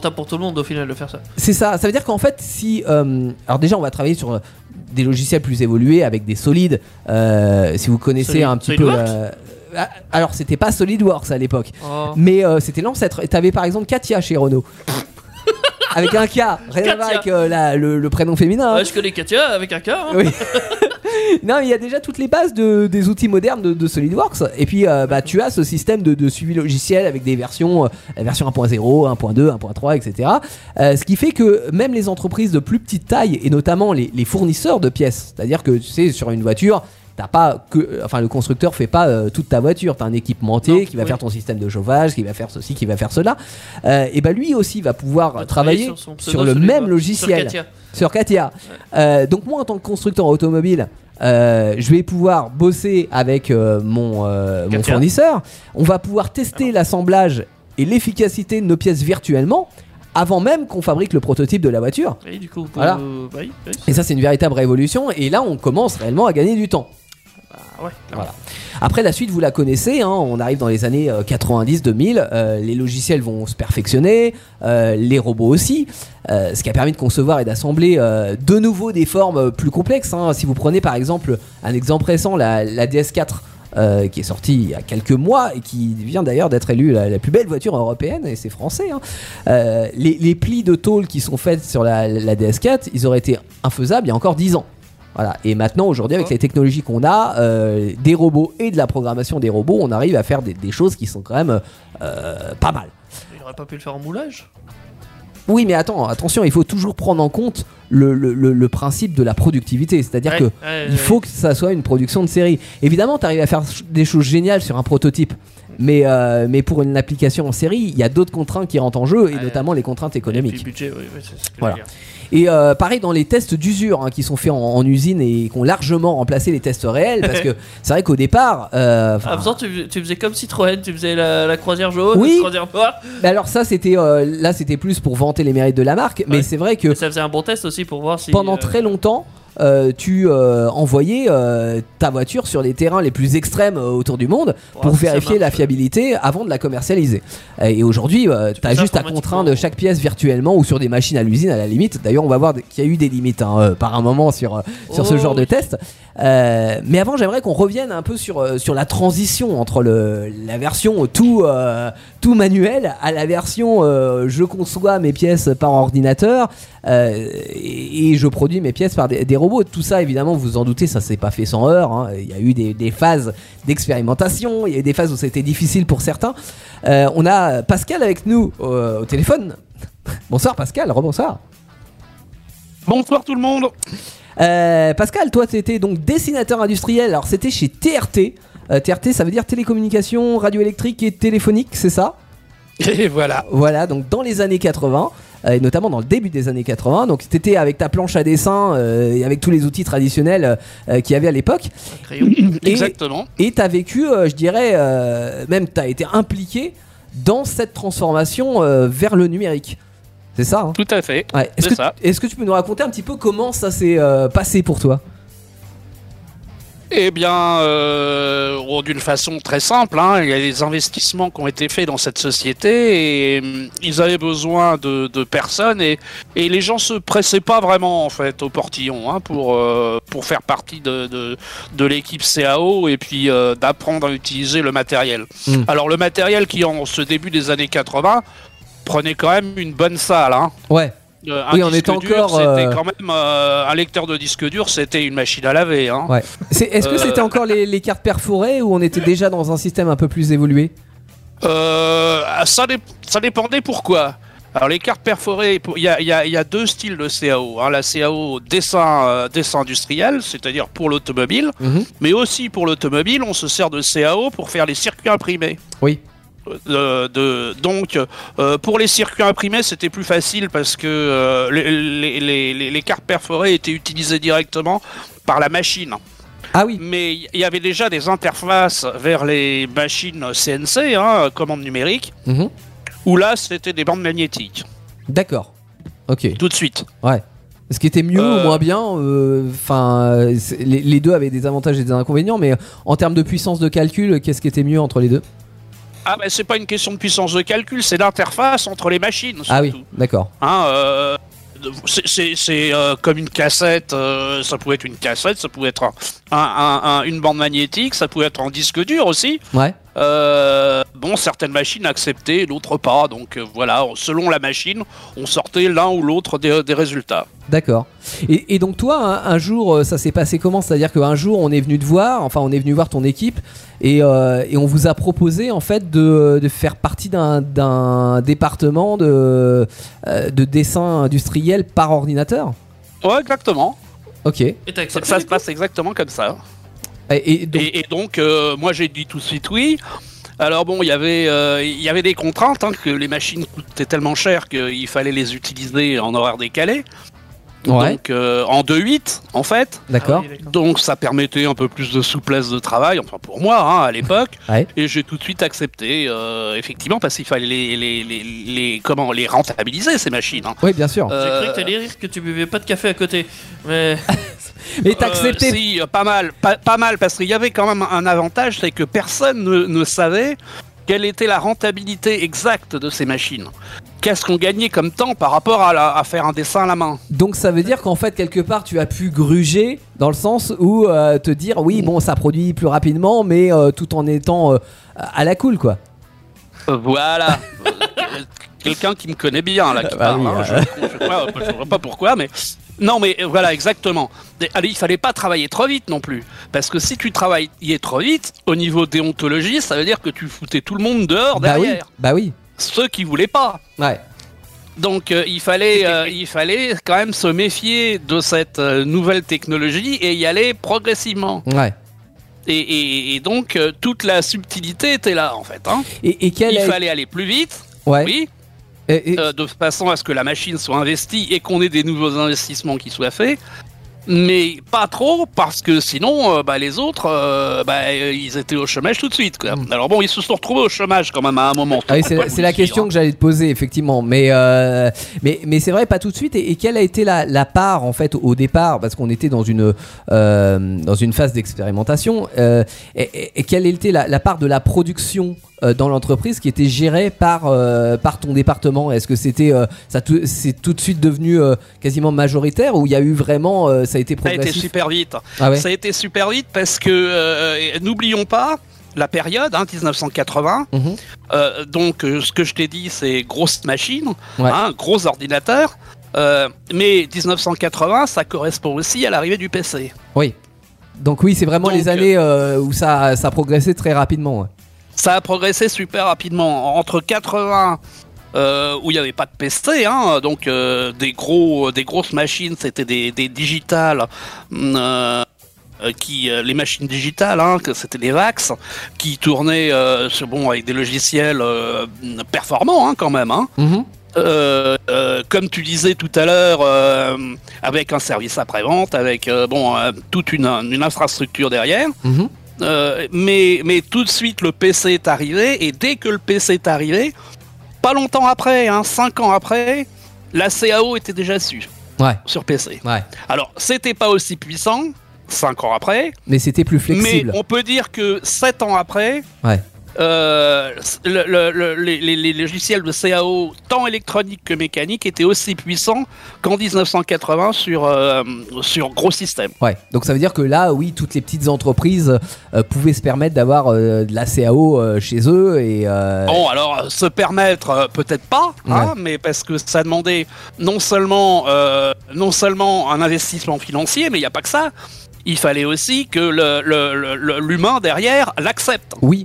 confortable pour tout le monde au final de faire ça. C'est ça, ça veut dire qu'en fait si... Euh, alors déjà on va travailler sur des logiciels plus évolués avec des solides, euh, si vous connaissez Solid- un petit SolidWorks peu... Euh, alors c'était pas SolidWorks à l'époque, Oh. mais euh, c'était l'ancêtre. Et t'avais par exemple Katia chez Renault. Avec un K, rien à voir Katia. avec euh, la- le, le prénom féminin. hein. Ouais, je connais Katia avec un K. Hein. Oui. Non, il y a déjà toutes les bases de, des outils modernes de, de SolidWorks. Et puis, euh, bah, tu as ce système de, de suivi logiciel avec des versions, euh, la version un point zéro, un point deux, un point trois, et cetera. Euh, ce qui fait que même les entreprises de plus petite taille, et notamment les, les fournisseurs de pièces, c'est-à-dire que tu sais, sur une voiture, t'as pas que, enfin, le constructeur fait pas euh, toute ta voiture. T'as un équipementier Non, qui va oui. faire ton système de chauffage, qui va faire ceci, qui va faire cela. Euh, et bah lui aussi va pouvoir On va travailler sur son pseudo sur le SolidWorks. même logiciel. Sur Katia. Sur Katia. Euh, donc moi en tant que constructeur automobile, euh, je vais pouvoir bosser avec euh, mon, euh, mon Katia. fournisseur. On va pouvoir tester l'assemblage et l'efficacité de nos pièces virtuellement avant même qu'on fabrique le prototype de la voiture. Oui, du coup, pour- Voilà. euh, bah oui, oui, Et ça c'est une véritable révolution. Et là on commence réellement à gagner du temps. bah ouais. Voilà. Après la suite vous la connaissez, hein, on arrive dans les années euh, quatre-vingt-dix deux mille, euh, les logiciels vont se perfectionner, euh, les robots aussi, euh, ce qui a permis de concevoir et d'assembler euh, de nouveau des formes euh, plus complexes. Hein. Si vous prenez par exemple un exemple récent, la, la D S quatre euh, qui est sortie il y a quelques mois et qui vient d'ailleurs d'être élue la, la plus belle voiture européenne, et c'est français. Hein. Euh, les, les plis de tôle qui sont faits sur la, la D S quatre, ils auraient été infaisables il y a encore dix ans. Voilà. Et maintenant, aujourd'hui, avec les technologies qu'on a, euh, des robots et de la programmation des robots, on arrive à faire des, des choses qui sont quand même euh, pas mal. Il aurait pas pu le faire en moulage. Oui, mais attends, attention, il faut toujours prendre en compte le, le, le, le principe de la productivité. C'est-à-dire Ouais, que ouais, il ouais. faut que ça soit une production de série. Évidemment, tu arrives à faire ch- des choses géniales sur un prototype. Mais, euh, mais pour une application en série, il y a d'autres contraintes qui rentrent en jeu, et Ouais. notamment les contraintes Et puis économiques. le budget, oui, oui, c'est ce que je Voilà. veux dire. Et euh, pareil dans les tests d'usure hein, qui sont faits en, en usine et qui ont largement remplacé les tests réels, parce que c'est vrai qu'au départ, euh, enfin, Ah, faisant, tu, tu faisais comme Citroën, tu faisais la, la croisière jaune, Oui. la croisière noire. mais alors ça c'était euh, là c'était plus pour vanter les mérites de la marque, mais Ouais. c'est vrai que Mais ça faisait un bon test aussi pour voir si. pendant euh, très longtemps euh, tu euh, envoyais euh, ta voiture sur les terrains les plus extrêmes euh, autour du monde voir pour si ça vérifier la marche. fiabilité avant de la commercialiser. Et aujourd'hui, euh, tu fais as ça juste à informatiquement. contraindre chaque pièce virtuellement ou sur des machines à l'usine à la limite. D'ailleurs, on va voir qu'il y a eu des limites hein, euh, par un moment sur, euh, sur ce Oh, genre de oui. test. Euh, mais avant, j'aimerais qu'on revienne un peu sur, euh, sur la transition entre le, la version tout, euh, tout manuel à la version euh, je conçois mes pièces par ordinateur euh, et, et je produis mes pièces par des, des robots. Tout ça, évidemment, vous vous en doutez, ça s'est pas fait sans heurts. Hein. Il y a eu des, des phases d'expérimentation, il y a eu des phases où c'était difficile pour certains. Euh, on a Pascal avec nous euh, au téléphone. Bonsoir Pascal, rebonsoir. Bonsoir tout le monde. Euh, Pascal, toi tu étais donc dessinateur industriel, alors c'était chez T R T. Euh, T R T ça veut dire télécommunications, radioélectrique et téléphonique, c'est ça? Et voilà. Voilà, donc dans les années quatre-vingts, euh, et notamment dans le début des années quatre-vingts, donc t'étais avec ta planche à dessin euh, et avec tous les outils traditionnels euh, qu'il y avait à l'époque. Un crayon. Et- Exactement. Et t'as vécu, euh, je dirais, euh, même t'as été impliqué dans cette transformation euh, vers le numérique. C'est ça hein? Tout à fait. Ouais. Est-ce C'est que, ça. est-ce que tu peux nous raconter un petit peu comment ça s'est euh, passé pour toi? Eh bien, euh, oh, d'une façon très simple, hein, il y a des investissements qui ont été faits dans cette société et hum, ils avaient besoin de, de personnes et, et les gens se pressaient pas vraiment en fait au portillon hein, pour, euh, pour faire partie de, de, de l'équipe C A O et puis euh, d'apprendre à utiliser le matériel. Mm. Alors le matériel qui en ce début des années quatre-vingts prenait quand même une bonne salle. Hein. Ouais. Euh, un Oui, on disque est dur, encore, c'était euh, quand même euh, un lecteur de disque dur, c'était une machine à laver. Hein. Ouais. C'est, est-ce que Euh, c'était encore les, les cartes perforées ou on était déjà dans un système un peu plus évolué? Euh, ça, dé- ça dépendait pourquoi. Alors les cartes perforées, il y a, il y a- il y a deux styles de C A O. Hein. La C A O dessin, euh, dessin industriel, c'est-à-dire pour l'automobile, Mhm. mais aussi pour l'automobile, on se sert de C A O pour faire les circuits imprimés. Oui. Euh, de, donc, euh, pour les circuits imprimés, c'était plus facile parce que euh, les, les- les- les- les cartes perforées étaient utilisées directement par la machine. Ah oui. Mais il y avait déjà des interfaces vers les machines C N C, hein, commande numérique, Mhm. où là, c'était des bandes magnétiques, D'accord. Ok. tout de suite. Ouais. Ce qui était mieux Euh, ou moins bien, enfin, les, les deux avaient des avantages et des inconvénients, mais en termes de puissance de calcul, qu'est-ce qui était mieux entre les deux? Ah bah c'est pas une question de puissance de calcul, c'est l'interface entre les machines. Surtout. Ah oui, d'accord. Hein, euh, c'est c'est, c'est euh, comme une cassette, euh, ça pouvait être une cassette, ça pouvait être un, un, un, une bande magnétique, ça pouvait être un disque dur aussi. Ouais. Euh, bon, certaines machines acceptaient, d'autres pas. Donc euh, voilà, selon la machine, on sortait l'un ou l'autre des, des résultats. D'accord. Et, et donc toi, un, un jour, ça s'est passé comment ? C'est-à-dire qu'un jour, on est venu te voir, enfin, on est venu voir ton équipe, et, euh, et on vous a proposé en fait de, de faire partie d'un, d'un département de, euh, de dessin industriel par ordinateur. Ouais, exactement. Ok. Et t'as accepté, Ça se passe exactement comme ça. Et, et donc, Et, et donc, euh, moi, j'ai dit tout de suite oui. Alors bon, il y avait, euh, il y avait des contraintes, hein, que les machines coûtaient tellement cher qu'il fallait les utiliser en horaire décalé. Ouais. Donc euh, en deux huit en fait. d'accord. Ah oui, d'accord. Donc ça permettait un peu plus de souplesse de travail, enfin pour moi hein, à l'époque. Ouais. Et j'ai tout de suite accepté, euh, effectivement, parce qu'il fallait les, les, les, les, comment, les rentabiliser ces machines. Hein. Oui, bien sûr. J'ai Euh, cru que t'allais rire que tu buvais pas de café à côté. Mais Mais t'as accepté. Euh, si, pas mal, pas, pas mal, parce qu'il y avait quand même un avantage, c'est que personne ne, ne savait quelle était la rentabilité exacte de ces machines. Qu'est-ce qu'on gagnait comme temps par rapport à, la, à faire un dessin à la main. Donc ça veut dire qu'en fait quelque part tu as pu gruger dans le sens où euh, te dire oui bon ça produit plus rapidement mais euh, tout en étant euh, à la cool quoi. Euh, Voilà. Euh, Quelqu'un qui me connaît bien là, qui Bah parle. oui, hein. euh. Je ne vois, je vois pas pourquoi, mais non, mais euh, voilà exactement. Et, allez, il fallait pas travailler trop vite non plus, parce que si tu travaillais trop vite, au niveau déontologie, ça veut dire que tu foutais tout le monde dehors Bah oui, derrière. bah oui. Ceux qui voulaient pas. Ouais. Donc euh, il fallait, euh, il fallait quand même se méfier de cette euh, nouvelle technologie et y aller progressivement. Ouais. Et, et- et donc euh, toute la subtilité était là en fait. Hein. Et, et quel Il est... fallait aller plus vite, Ouais. oui, Et- et- euh, de façon à ce que la machine soit investie et qu'on ait des nouveaux investissements qui soient faits. Mais pas trop, parce que sinon, euh, bah, les autres, euh, bah, euh, ils étaient au chômage tout de suite. Quoi. Alors bon, ils se sont retrouvés au chômage quand même à un moment. Ah oui, Faut c'est, pas c'est vous la le question dire, que j'allais te poser effectivement, mais euh, mais mais c'est vrai pas tout de suite. Et, et quelle a été la, la part en fait au départ, parce qu'on était dans une euh, dans une phase d'expérimentation. Euh, et, et- et quelle était la, la part de la production euh, dans l'entreprise qui était gérée par euh, par ton département? Est-ce que c'était euh, ça tout, c'est tout de suite devenu euh, quasiment majoritaire ou il y a eu vraiment euh, ça a été Ça a été progressif? super vite. Ah ouais. Ça a été super vite parce que, euh, n'oublions pas, la période, hein, dix-neuf cent quatre-vingts, Mhm. euh, donc euh, ce que je t'ai dit, c'est grosse machine, Ouais. hein, gros ordinateur, euh, mais dix-neuf cent quatre-vingts, ça correspond aussi à l'arrivée du P C. Oui. Donc oui, c'est vraiment Donc, les années euh, où ça ça progressait très rapidement. Ouais. Ça a progressé super rapidement. Entre quatre-vingts, euh, où il n'y avait pas de P C, hein, donc euh, des, gros, des grosses machines, c'était des, des digitales, euh, euh, qui, euh, les machines digitales, hein, que c'était des VAX, qui tournaient euh, sur- bon, avec des logiciels euh, performants hein, quand même. Hein. Mhm. Euh, euh, comme tu disais tout à l'heure, euh, avec un service après-vente, avec euh, bon, euh, toute une, une infrastructure derrière. Mhm. Euh, mais, mais tout de suite le P C est arrivé et dès que le P C est arrivé, pas longtemps après, hein, cinq ans après, la C A O était déjà su Ouais. sur P C. Ouais. Alors c'était pas aussi puissant, cinq ans après, Mais c'était plus flexible. mais on peut dire que sept ans après, Ouais. euh, le- le- le- les, les- les logiciels de C A O, tant électroniques que mécaniques, étaient aussi puissants qu'en dix-neuf cent quatre-vingts sur, euh, sur gros systèmes. Ouais. Donc ça veut dire que là, oui, toutes les petites entreprises euh, pouvaient se permettre d'avoir euh, de la C A O euh, chez eux et. euh, Bon, alors, euh, se permettre, euh, peut-être pas, hein, mais parce que ça demandait non seulement, euh, non seulement un investissement financier, mais il n'y a pas que ça. Il fallait aussi que le- le- le- le- l'humain derrière l'accepte. Oui.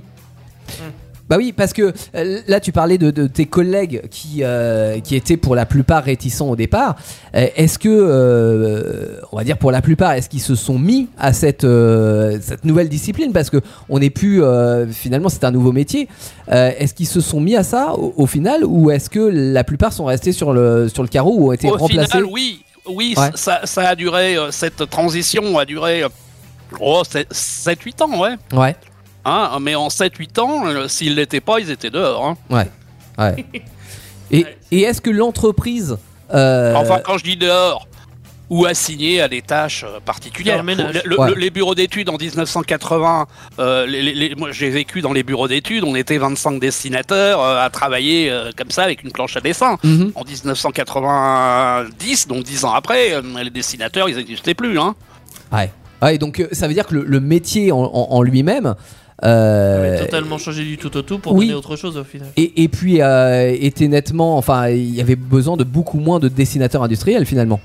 Bah oui, parce que euh, là tu parlais de, de tes collègues qui, euh, qui étaient pour la plupart réticents au départ. Euh, est-ce que, euh, on va dire pour la plupart, est-ce qu'ils se sont mis à cette, euh, cette nouvelle discipline? Parce que on n'est plus, euh, finalement c'est un nouveau métier. Euh, est-ce qu'ils se sont mis à ça au, au final ou est-ce que la plupart sont restés sur le, sur le carreau ou ont été Au remplacés? final, oui, oui Ouais. ça, ça a duré, euh, cette transition a duré euh, oh, sept huit ans, ouais. Ouais, Hein, mais en sept huit ans, euh, s'ils l'étaient pas, ils étaient dehors. Hein. ouais, ouais. Et, et est-ce que l'entreprise... euh, Enfin, quand je dis dehors, ou assignés à des tâches euh, particulières. Faire le ménage. Le- le- Ouais. le- les bureaux d'études en dix-neuf cent quatre-vingts, euh, les- les- les- moi j'ai vécu dans les bureaux d'études, on était vingt-cinq dessinateurs euh, à travailler euh, comme ça avec une planche à dessin. Mhm. En dix-neuf cent quatre-vingt-dix, donc dix ans après, euh, les dessinateurs ils n'existaient plus. Hein. Ouais. Ouais, donc euh, ça veut dire que le, le métier en, en- en lui-même. Ça euh, avait totalement changé du tout au tout pour oui. donner autre chose au final. et, et puis euh, était nettement. Enfin, il y avait besoin de beaucoup moins de dessinateurs industriels finalement.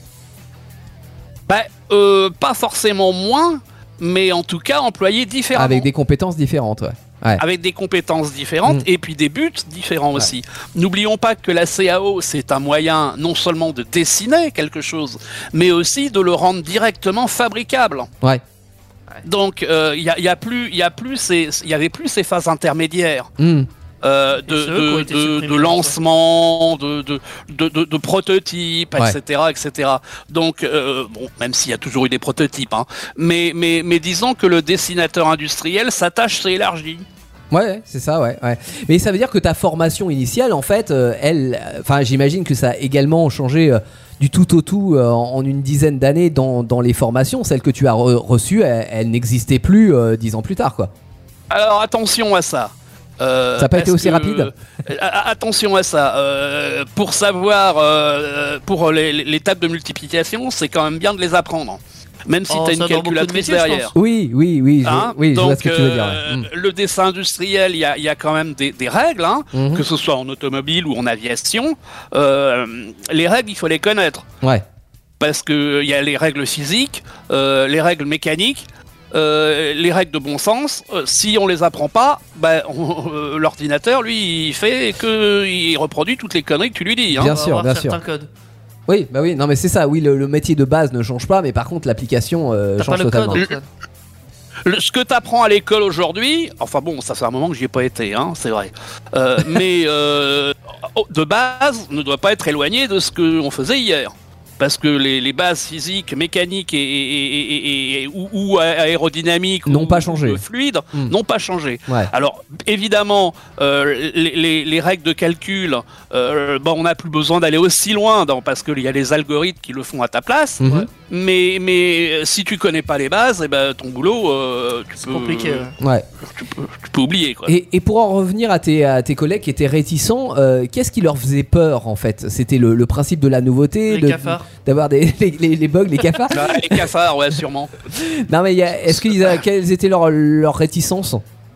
Bah, euh, pas forcément moins, mais en tout cas employés différemment. Avec des compétences différentes, ouais. Ouais. Avec des compétences différentes Mm. et puis des buts différents aussi. N'oublions pas que la C A O, c'est un moyen non seulement de dessiner quelque chose, mais aussi de le rendre directement fabricable. Ouais. Donc, il n'y a, y a plus, y a plus ces, y avait plus ces phases intermédiaires. Hmm. Euh, de, Et ceux qui ont de, été de- supprimés, de lancement, de, de, de, de- de prototypes, Ouais. et cetera, et cetera. Donc, euh, bon, même s'il y a toujours eu des prototypes, hein, mais, mais, mais disons que le dessinateur industriel, sa tâche s'est élargie. Ouais, c'est ça, ouais, ouais. Mais ça veut dire que ta formation initiale, en fait, euh, elle, enfin, j'imagine que ça a également changé euh, du tout au tout euh, en une dizaine d'années dans, dans les formations. Celle que tu as re- reçue, elle, elle n'existait plus euh, dix ans plus tard, quoi. Alors, attention à ça. Euh, Ça a pas été parce aussi que- rapide euh, a- Attention à ça. Euh, pour savoir, euh, pour les- les- les tables de multiplication, c'est quand même bien de les apprendre. Même si Oh, tu as ça, une dans beaucoup de calculatrice métiers, je derrière. Oui, oui, oui, je, Hein oui, je vois Donc, ce que tu veux dire. euh, ouais. Hmm. le dessin industriel, il y a, il y a quand même des, des règles, hein, Mhm. que ce soit en automobile ou en aviation. Euh, les règles, il faut les connaître. Ouais. Parce qu'il y a les règles physiques, euh, les règles mécaniques, euh, les règles de bon sens. Euh, si on les apprend pas, bah, on- euh, l'ordinateur, lui, il fait que il reproduit toutes les conneries que tu lui dis. Hein. Bien On va sûr, avoir bien certains sûr. codes. Oui, bah oui, non mais c'est ça, oui, le, le métier de base ne change pas, mais par contre l'application euh, T'as change pas le totalement. code. totalement. Antoine. Le- ce que tu apprends à l'école aujourd'hui, enfin bon, ça fait un moment que j'y ai pas été, hein, c'est vrai. Euh, mais euh, de base, ne doit pas être éloigné de ce qu'on faisait hier. Parce que les, les bases physiques, mécaniques et, et- et- et- et- ou, ou aérodynamiques N'ont ou, pas changé. ou fluides Hmm. n'ont pas changé. Ouais. Alors évidemment, euh, les, les- les règles de calcul, euh, bon, on n'a plus besoin d'aller aussi loin dans- parce qu'il y a les algorithmes qui le font à ta place. Mhm. Ouais. Mais, mais si tu connais pas les bases, eh ben, ton boulot, euh, tu, C'est peux, compliqué. ouais. Ouais. tu, peux, tu peux oublier. Quoi. Et, et pour en revenir à tes, à tes collègues qui étaient réticents, euh, qu'est-ce qui leur faisait peur en fait? C'était le, le principe de la nouveauté, Les de- cafards. d'avoir des, les, les- les bugs, les cafards. Ah, les cafards, ouais, sûrement. Non mais il y a- est-ce qu'ils a- quelles étaient leurs leurs réticences?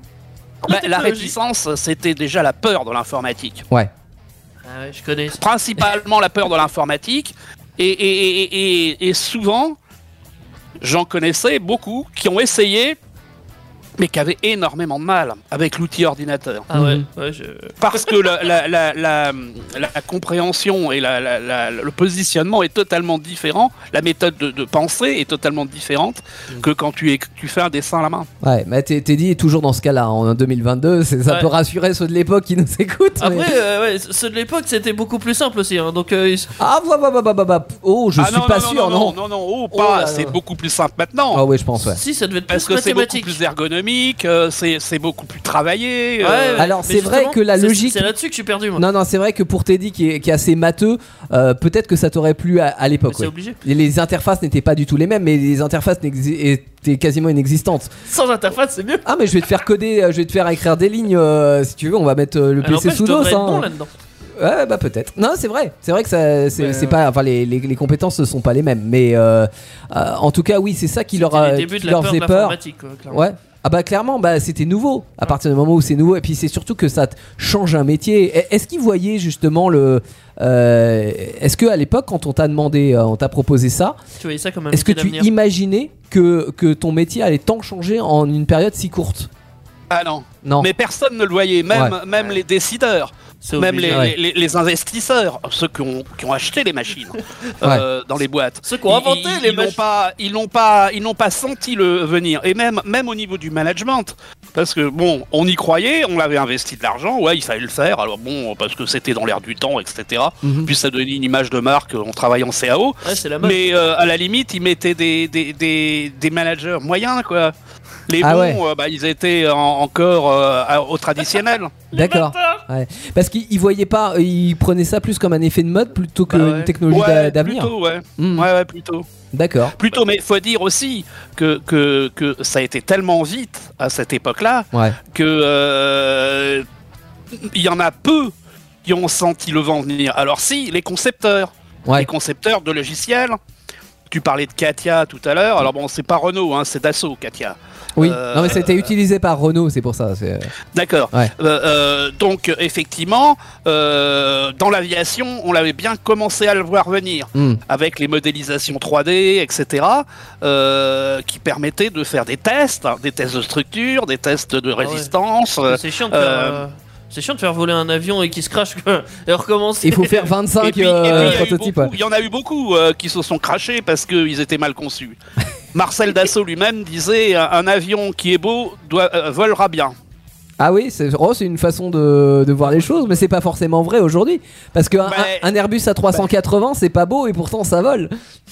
Bah, la technologie. réticence, c'était déjà la peur de l'informatique. Ouais. Ah ouais, je connais. ça. Principalement la peur de l'informatique. Et, et, et, et, et souvent, j'en connaissais beaucoup qui ont essayé, mais qui avaient énormément de mal avec l'outil ordinateur. Ah ouais, Mhm. ouais, je... Parce que la, la, la, la, la compréhension et la, la, la- le positionnement est totalement différent, la méthode de, de pensée est totalement différente que quand tu, éc- tu fais un dessin à la main. Ouais, mais t'es t'es dit toujours dans ce cas-là, en deux mille vingt-deux, c'est- ça Ouais. peut rassurer ceux de l'époque qui nous écoutent. mais- Après, euh, ouais, ceux de l'époque, c'était beaucoup plus simple aussi. Hein, donc, euh, ils- Ah, bah, bah, bah, bah, bah, bah, oh, je ah suis non, pas non, sûr, non, non. non, non, non, oh, Oh pas, là c'est là. beaucoup plus simple maintenant. Ah oui, je pense, ouais. si, ça devait être Parce plus que c'est beaucoup mathématique. plus ergonomique, euh, c'est c'est beaucoup plus travaillé. Ouais, euh, ouais. Alors, Mais c'est vrai justement, que la c'est- logique- C'est là-dessus que je suis perdu, moi. Non, non, c'est vrai que pour Teddy qui est, qui est assez matheux, euh, peut-être que ça t'aurait plu à, à Mais l'époque. c'est ouais. obligé. Et les interfaces n'étaient pas du tout les mêmes, mais les interfaces n'exi- étaient quasiment inexistantes. Sans interface, c'est mieux. Ah, mais je vais te faire coder, euh, je vais te faire écrire des lignes euh, si tu veux. On va mettre euh, le Alors, P C après, je sous dos. devrais être bon là-dedans. Ouais, bah peut-être. Non, c'est vrai. C'est vrai que ça, c'est Ouais, c'est ouais. pas. Enfin, les, les, les compétences ne sont pas les mêmes. Mais euh, euh, en tout cas, oui, c'est ça qui leur, C'était a- les débuts qui de la leur peur de faisait peur. l'informatique, quoi, clairement. Ouais. Ah bah clairement, bah c'était nouveau. À partir du moment où c'est nouveau, et puis c'est surtout que ça te change un métier. Et- Est-ce qu'ils voyaient justement le euh, Est-ce que à l'époque, quand on t'a demandé, euh, on t'a proposé ça, Tu voyais ça comme un est-ce que métier tu d'avenir. imaginais que que ton métier allait tant changer en une période si courte? Ah non. Non. Mais personne ne le voyait, même, Ouais. même les décideurs, C'est même obligé. les, ouais. les, les investisseurs, ceux qui ont, qui ont acheté les machines euh, dans les boîtes. Ceux qui ont inventé Ils- les ils n'ont machines. pas, ils n'ont pas, ils n'ont pas senti le venir. Et même, même au niveau du management, parce que bon, on y croyait, on avait investi de l'argent, ouais, il fallait le faire. Alors bon, parce que c'était dans l'air du temps, et cetera. Mhm. Puis ça donnait une image de marque. On travaille en C A O. Ouais, c'est la mode. Mais euh, à la limite, ils mettaient des, des, des, des managers moyens, quoi. Les Ah bons, ouais. euh, bah, ils étaient en- encore euh, à- au traditionnel. D'accord. Ouais. Parce qu'ils voyaient pas, ils prenaient ça plus comme un effet de mode plutôt que Bah ouais. une technologie Ouais, d'a- d'avenir. Plutôt, ouais. Mm. Ouais, ouais, plutôt. D'accord. Plutôt, mais il faut dire aussi que, que, que ça a été tellement vite à cette époque-là Ouais. que euh, il y en a peu qui ont senti le vent venir. Alors si, les concepteurs, Ouais. les concepteurs de logiciels, tu parlais de Katia tout à l'heure, alors bon, c'est pas Renault, hein, c'est Dassault, Katia. Oui. Euh, Non mais c'était utilisé par Renault, c'est pour ça. C'est... D'accord. Ouais. Euh, euh, donc effectivement, euh, dans l'aviation, on l'avait bien commencé à le voir venir, Mm. avec les modélisations trois D, et cetera, euh, qui permettaient de faire des tests, hein, des tests de structure, des tests de ouais. résistance. euh, C'est chiant de faire. euh, euh, C'est chiant de faire voler un avion et qu'il se crache quoi, et recommencer. Il faut faire vingt-cinq Et puis, et puis, euh, il y a eu prototypes. beaucoup- ouais. il y en a eu beaucoup euh, qui se sont crachés parce qu'ils étaient mal conçus. Marcel Dassault lui-même disait un, un avion qui est beau doit, euh, volera bien. Ah oui, c'est, oh, c'est une façon de, de voir les choses, mais c'est pas forcément vrai aujourd'hui. Parce qu'un Bah, un, un Airbus A trois cent quatre-vingts, c'est pas beau et pourtant ça vole.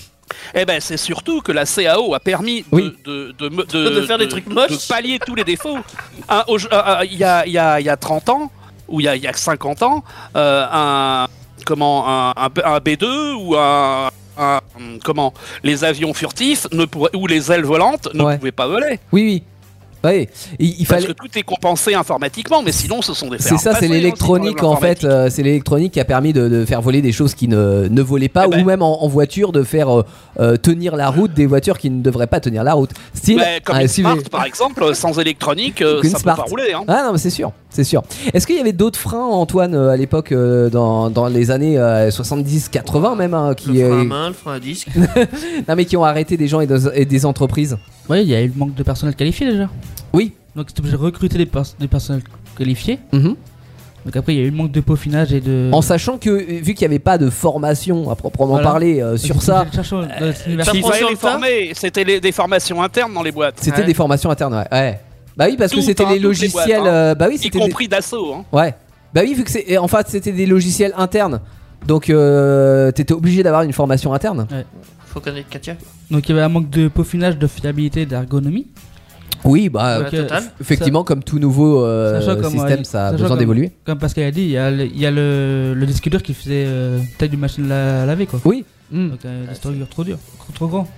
Eh ben, c'est surtout que la C A O a permis de, Oui. de, de, de- De faire des trucs moches. de pallier tous les défauts. Un- au- euh, euh, Il y, a, il y, a, il y a trente ans, ou il y a, il y a cinquante ans, euh, un, comment, un, un, un B deux ou un, un- comment, les avions furtifs ne pourraient, ou les ailes volantes ne Ouais. pouvaient pas voler. Oui, oui. Oui, il, il Parce fallait. que tout est compensé informatiquement, mais sinon ce sont des C'est ça, c'est l'électronique en fait. euh, c'est l'électronique qui a permis de, de faire voler des choses qui ne, ne volaient pas, Eh ben. ou même en, en voiture de faire euh, euh, tenir la route des voitures qui ne devraient pas tenir la route. Style. Mais comme un une S U V. Smart, par exemple, sans électronique, euh, Qu'une ça Smart. peut pas rouler. Hein. Ah non, mais c'est sûr, c'est sûr. Est-ce qu'il y avait d'autres freins, Antoine, euh, à l'époque, euh, dans, dans les années euh, soixante-dix quatre-vingts même, hein, qui, Le frein à euh, main, le frein à disque. non, mais qui ont arrêté des gens et des, et des entreprises? Ouais, il y a eu le manque de personnel qualifié déjà. Oui. Donc c'était obligé de recruter des, pers- des personnels qualifiés. Mhm. Donc après, il y a eu le manque de peaufinage et de. En sachant que, euh, vu qu'il n'y avait pas de formation à proprement Voilà. parler euh, Donc, sur il ça, faut chercher dans les ça universités. Il prend fallait sur les le tas. former, c'était les- des formations internes dans les boîtes. c'était Ouais. des formations internes. Ouais. Ouais. Bah oui, parce que Tout, c'était hein, les toutes les logiciels. boîtes, hein. euh, bah oui, Y c'était. des- compris Dassault. Hein. Ouais. Bah oui, vu que c'est. et En fait, c'était des logiciels internes. Donc, euh, t'étais obligé d'avoir une formation interne. Faut connaître Katia. Donc il y avait un manque de peaufinage, de fiabilité, d'ergonomie. Oui, bah. Ouais, euh, total. Effectivement, comme tout nouveau euh, Sachant comme, système, ouais, ça a sachant besoin comme- d'évoluer. Comme Pascal a dit, il y a le, il y a le, le disque dur qui faisait euh, taille d'une machine à laver quoi. Oui. Mm. Donc un disque dur trop dur, trop, trop grand.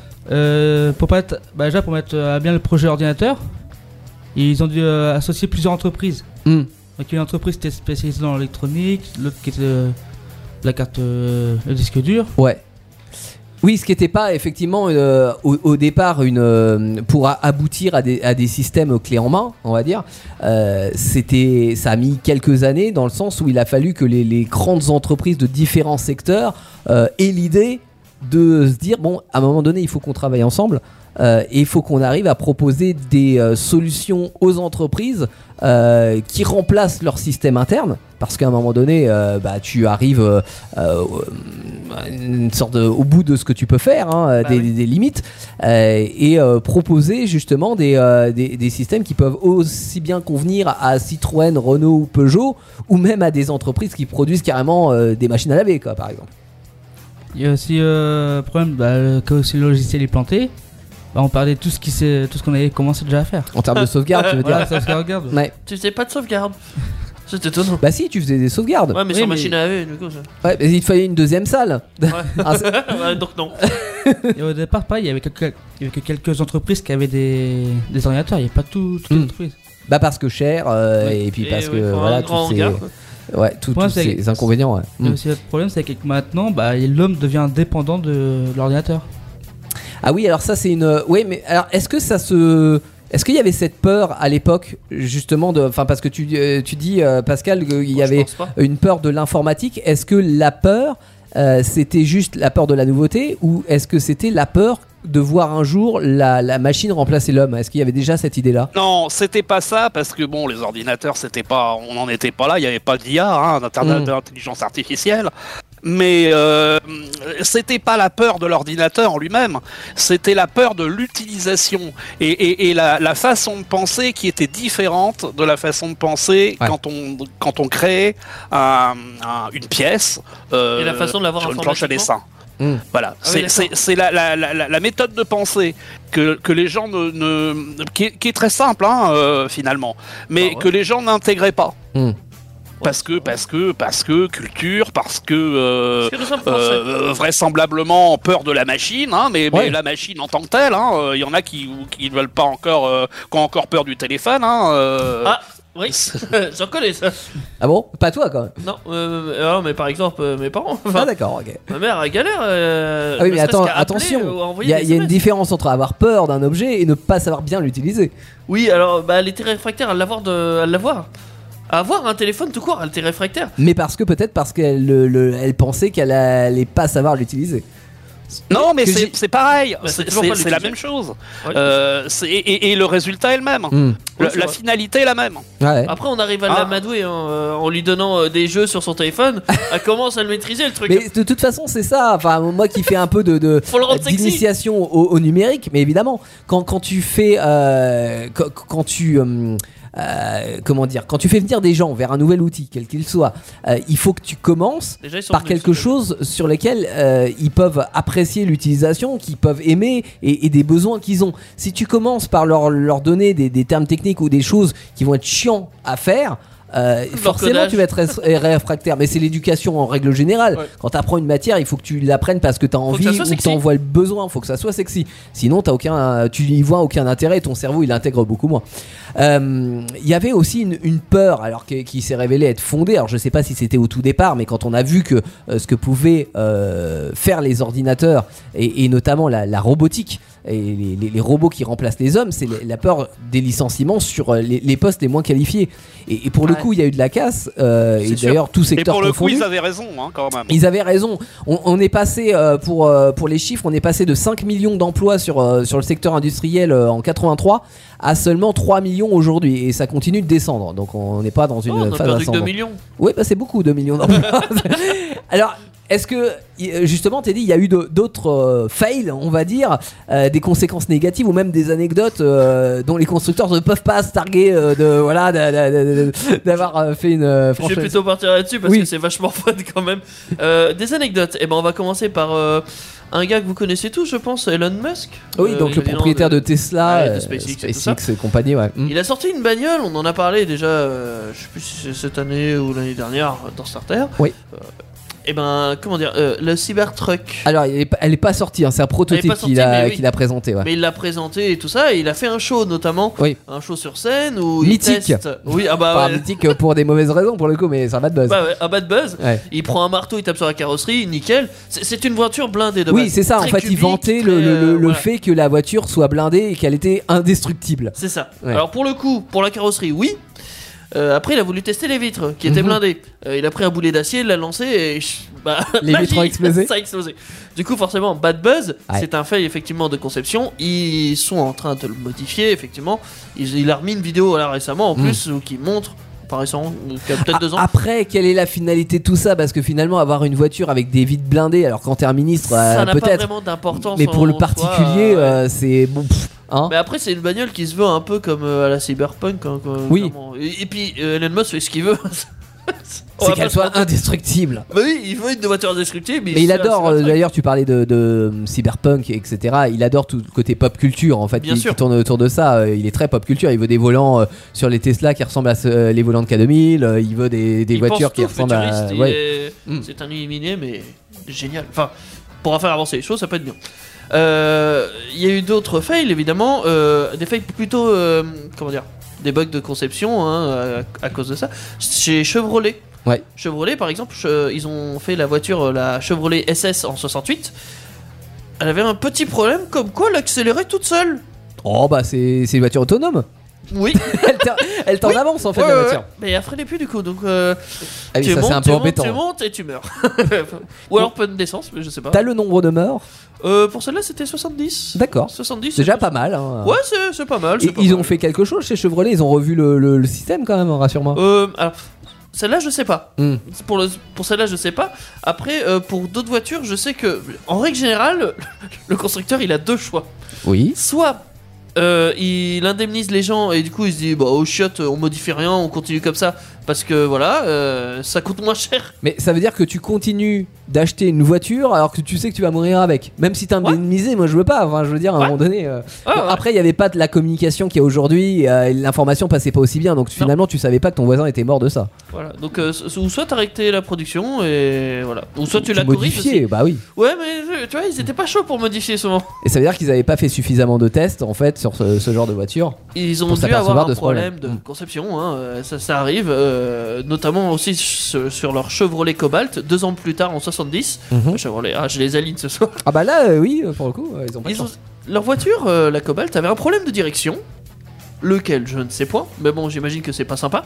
Euh, pour mettre, bah déjà pour mettre à bien le projet ordinateur, ils ont dû euh, associer plusieurs entreprises. Mm. Donc une entreprise qui était spécialisée dans l'électronique, l'autre qui était euh, la carte, euh, le disque dur. Ouais. Oui, ce qui n'était pas effectivement euh, au, au départ une euh, pour a- aboutir à des, à des systèmes clés en main, on va dire. euh, c'était, ça a mis quelques années dans le sens où il a fallu que les, les grandes entreprises de différents secteurs euh, aient l'idée de se dire bon, à un moment donné, il faut qu'on travaille ensemble. Euh, et il faut qu'on arrive à proposer des euh, solutions aux entreprises euh, qui remplacent leur système interne, parce qu'à un moment donné, euh, bah, tu arrives euh, euh, à une sorte de- au bout de ce que tu peux faire, hein, Bah des, oui. des limites, euh, et euh, proposer justement des, euh, des, des systèmes qui peuvent aussi bien convenir à Citroën, Renault ou Peugeot, ou même à des entreprises qui produisent carrément euh, des machines à laver, quoi, par exemple. Il y a aussi euh, problème bah, le- que aussi le logiciel est planté. Bah, on parlait de tout ce qui s'est- tout ce qu'on avait commencé déjà à faire. En termes de sauvegarde, tu veux dire. Voilà, ça se regarde. Ouais. Tu faisais pas de sauvegarde. C'est étonnant. Bah si, tu faisais des sauvegardes. Ouais, mais Oui, sur mais- machine à laver, du coup. Ça. Ouais, mais il te fallait une deuxième salle. Ouais. Ah, c'est- Ouais, donc non. Et au départ, pareil, il y avait quelques, il y avait que quelques entreprises qui avaient des, des ordinateurs. Il n'y avait pas tout, toutes les Mm. entreprises. Bah parce que cher, euh, Oui. et puis Et parce ouais, que faut un voilà grand tous ces, hangar, quoi. ouais, tout- Moi, tous c'est- ces inconvénients. Ouais. Et Mm. aussi, le problème, c'est que maintenant, bah, l'homme devient dépendant de l'ordinateur. Ah oui, alors ça c'est une. Oui, mais alors est-ce que ça se. Est-ce qu'il y avait cette peur à l'époque justement de. Enfin parce que tu, euh, tu dis euh, Pascal qu'il y Moi, je avait pense pas. une peur de l'informatique. Est-ce que la peur euh, c'était juste la peur de la nouveauté ou est-ce que c'était la peur de voir un jour la, la machine remplacer l'homme? Est-ce qu'il y avait déjà cette idée-là? Non, c'était pas ça parce que bon, les ordinateurs, c'était pas, on n'en était pas là. Il n'y avait pas d'I A, hein, d'internet Mm. d'intelligence artificielle. Mais euh, c'était pas la peur de l'ordinateur en lui-même, c'était la peur de l'utilisation et, et, et la, la façon de penser qui était différente de la façon de penser Ouais. quand on quand on créait un- un- une pièce euh, Et la façon de l'avoir sur une planche à dessin. Mm. Voilà, Ah oui, c'est d'accord. c'est- c'est la, la, la, la- la méthode de pensée que, que les gens ne, ne- qui, est, qui est très simple hein, euh, finalement, mais Bah ouais. que les gens n'intégraient pas. Mm. Parce que, parce que, parce que culture, parce que, euh, Parce que nous sommes français. euh, vraisemblablement peur de la machine, hein, mais, mais Ouais. la machine en tant que telle, hein, euh, il y en a qui qui ne veulent pas encore, euh, qui ont encore peur du téléphone. Hein, euh, Ah, oui, j'en connais ça. Ah bon? Pas toi quand même. Non, euh, non, mais par exemple, euh, mes parents. Enfin, Ah d'accord, ok. ma mère, elle galère. Euh, Ah oui, ne mais serait-ce attends, qu'à appeler attention, ou à il envoyer y a, des il y a une S M S. différence entre avoir peur d'un objet et ne pas savoir bien l'utiliser. Oui, alors, bah, elle était réfractaire à l'avoir. De... à l'avoir. À avoir un téléphone tout court, elle était réfractaire. Mais parce que peut-être parce qu'elle le- le- elle pensait qu'elle allait pas savoir l'utiliser. Non, mais Que c'est j'ai- c'est pareil, Bah, c'est c'est toujours pas c'est- c'est la l'utiliser. même chose. Ouais. Euh, c'est- et, et le résultat est le même. Hmm. Le- Ouais, c'est la vrai. finalité est la même. Ouais. Après, on arrive à Ah. l'amadouer hein, euh, en lui donnant euh, des jeux sur son téléphone. Elle commence à le maîtriser le truc. Mais de toute façon, c'est ça. Enfin, moi qui fais un peu de, de Faut le rendre sexy. d'initiation au, au numérique, mais évidemment, quand, quand tu fais, euh, quand, quand tu, euh, euh, comment dire, quand tu fais venir des gens vers un nouvel outil, quel qu'il soit, euh, il faut que tu commences Déjà, ils sont par venus, quelque c'est chose sur lequel euh, ils peuvent apprécier l'utilisation, qu'ils peuvent aimer et, et des besoins qu'ils ont. Si tu commences par leur, leur donner des, des termes techniques ou des choses qui vont être chiants à faire, euh, forcément codage. tu vas être ré- réfractaire. Mais c'est l'éducation en règle générale. Ouais. Quand tu apprends une matière, il faut que tu l'apprennes parce que tu as que envie ça ou soit que sexy. tu en vois le besoin. Il faut que ça soit sexy. Sinon, t'as aucun, tu y vois aucun intérêt et ton cerveau il intègre beaucoup moins. Euh, Il y avait aussi une, une peur alors que- qui s'est révélée être fondée. Alors je sais pas si c'était au tout départ, mais quand on a vu que euh, ce que pouvaient euh, faire les ordinateurs et, et notamment la, la robotique et les, les- les robots qui remplacent les hommes, c'est la- la peur des licenciements sur euh, les, les postes les moins qualifiés. Et, et pour le Ouais. coup, il y a eu de la casse. euh, et C'est sûr. d'ailleurs, tout Et secteur pour le coup, confondu. ils avaient raison, hein, quand même. Ils avaient raison. On, on est passé euh, pour euh, pour les chiffres, on est passé de cinq millions d'emplois sur euh, sur le secteur industriel euh, en quatre-vingt-trois à seulement trois millions aujourd'hui et ça continue de descendre. Donc on n'est pas dans une Oh, on a phase perdu que deux ascendante. millions. Oui, bah c'est beaucoup deux millions d'emplois. Alors est-ce que y- justement t'es dit il y a eu de- d'autres euh, fails, on va dire, euh, des conséquences négatives ou même des anecdotes euh, dont les constructeurs ne peuvent pas se targuer euh, de voilà de- de- de- de- d'avoir euh, fait une euh, Je vais franchise. plutôt partir là-dessus parce Oui. que c'est vachement fun quand même. Euh, des anecdotes. Et ben on va commencer par euh, un gars que vous connaissez tous, je pense, Elon Musk. Oui, Euh, donc le évidemment, propriétaire de, Tesla, ouais, de euh, SpaceX et tout ça. SpaceX et compagnie, ouais. Mm. Il a sorti une bagnole, on en a parlé déjà, euh, je sais plus si c'est cette année ou l'année dernière dans Starter. Oui. Euh, et ben, comment dire, euh, le Cybertruck. Alors, elle est pas, elle est pas sortie, hein, c'est un prototype pas sortie, qu'il a, mais oui. qu'il a présenté. Ouais. Mais il l'a présenté et tout ça, et il a fait un show notamment, Oui. un show sur scène où Mythique. il teste. Oui, ah bah Pas ouais. mythique pour des mauvaises raisons pour le coup, mais ça va de buzz. Bah ouais, un bad buzz. Ouais. Il prend un marteau, il tape sur la carrosserie, nickel. C'est c'est une voiture blindée de Oui, base. c'est ça. En Très fait, il cubique, vantait le, très, le- euh, le voilà. fait que la voiture soit blindée et qu'elle était indestructible. C'est ça. Ouais. Alors pour le coup, pour la carrosserie, oui. Euh, après, il a voulu tester les vitres qui étaient Mhm. blindées. Euh, il a pris un boulet d'acier, il l'a lancé et ch- bah, Les magie, vitres ont explosé. Ça a explosé. Du coup, forcément, bad buzz. Ouais. C'est un fait effectivement de conception. Ils sont en train de le modifier. Effectivement, il, il a remis une vidéo là récemment en Mhm. plus où qui montre, pas récent, qui a peut-être A- deux ans. Après, quelle est la finalité de tout ça? Parce que finalement, avoir une voiture avec des vitres blindées, alors quand t'es un ministre, euh, ça n'a pas peut-être. vraiment d'importance. Mais pour le en soi, particulier, euh, euh, c'est bon. pff, hein. Mais après, c'est une bagnole qui se veut un peu comme euh, à la Cyberpunk. hein, quoi, Oui. clairement. Et, et puis, euh, Elon Musk fait ce qu'il veut. On C'est va qu'elle pas se soit mentir. indestructible. Bah oui, il veut une voiture indestructible. Mais il c'est- adore, c'est un euh, truc. d'ailleurs, tu parlais de, de cyberpunk, et cetera. Il adore tout le côté pop culture, en fait, Bien qui, sûr. qui tourne autour de ça. Euh, Il est très pop culture. Il veut des volants euh, sur les Tesla qui ressemblent à ce- euh, les volants de K deux mille. Euh, Il veut des, des Il voitures pense qui tout ressemblent à. futuriste, il ouais. est- Mm. C'est un illuminé, mais génial. Enfin, pour faire avancer les choses, ça peut être bien. Euh, Il y a eu d'autres fails, évidemment. euh, des fails plutôt. euh, comment dire, des bugs de conception hein, à, à cause de ça. Chez Chevrolet. Ouais. Chevrolet, par exemple, che- ils ont fait la voiture, euh, la Chevrolet S S en soixante-huit. Elle avait un petit problème, comme quoi elle accélérait toute seule. Oh, bah, c'est c'est une voiture autonome. Oui. elle t'en- elle t'en Oui. avance, en fait, Ouais, la ouais, voiture. ouais. Mais elle freinait plus du coup, donc euh, Ah oui, tu ça, montes, c'est un tu peu montes, embêtant. tu montes et tu meurs. Ou alors pleine d'essence, mais je sais pas. T'as le nombre de morts? Euh, pour celle-là, c'était soixante-dix. D'accord. soixante-dix. C'est déjà c'est pas mal. Hein. Ouais, c'est c'est pas mal. Et c'est pas ils mal. ont fait quelque chose chez Chevrolet. Ils ont revu le, le- le système quand même, rassure-moi. Euh, alors, celle-là, je sais pas. Hmm. Pour, le, pour celle-là, je sais pas. Après, euh, pour d'autres voitures, je sais que, en règle générale, le constructeur, il a deux choix. Oui. Soit euh, il indemnise les gens et du coup il se dit bah au chiotte on modifie rien, on continue comme ça parce que voilà, euh, ça coûte moins cher. Mais ça veut dire que tu continues d'acheter une voiture alors que tu sais que tu vas mourir avec. Même si t'as indemnisé, moi je veux pas. Enfin, je veux dire, à un Ouais. moment donné. euh, Ouais, bon, ouais. Après, il y avait pas de la communication qu'il y a aujourd'hui. euh, L'information passait pas aussi bien. Donc finalement, tu savais pas que ton voisin était mort de ça. Voilà, donc euh, so- ou soit t'as arrêté la production et voilà, ou soit tu, l'as corrigé modifié. aussi. Bah oui. Ouais, mais euh, tu vois, ils étaient pas chauds pour modifier souvent. Et ça veut dire qu'ils avaient pas fait suffisamment de tests en fait sur ce, ce genre de voiture. Ils ont Pour dû s'apercevoir avoir de un ce problème. problème de Mm. conception, hein, euh, ça, ça arrive, euh, notamment aussi sur, sur leur Chevrolet Cobalt, deux ans plus tard en soixante-dix. Mhm. Chevrolet, ah, je les aligne ce soir. Ah bah là, euh, oui, pour le coup, euh, ils ont pas de Ils ont- chance. leur voiture, euh, la Cobalt, avait un problème de direction. Lequel, je ne sais point, mais bon, j'imagine que c'est pas sympa.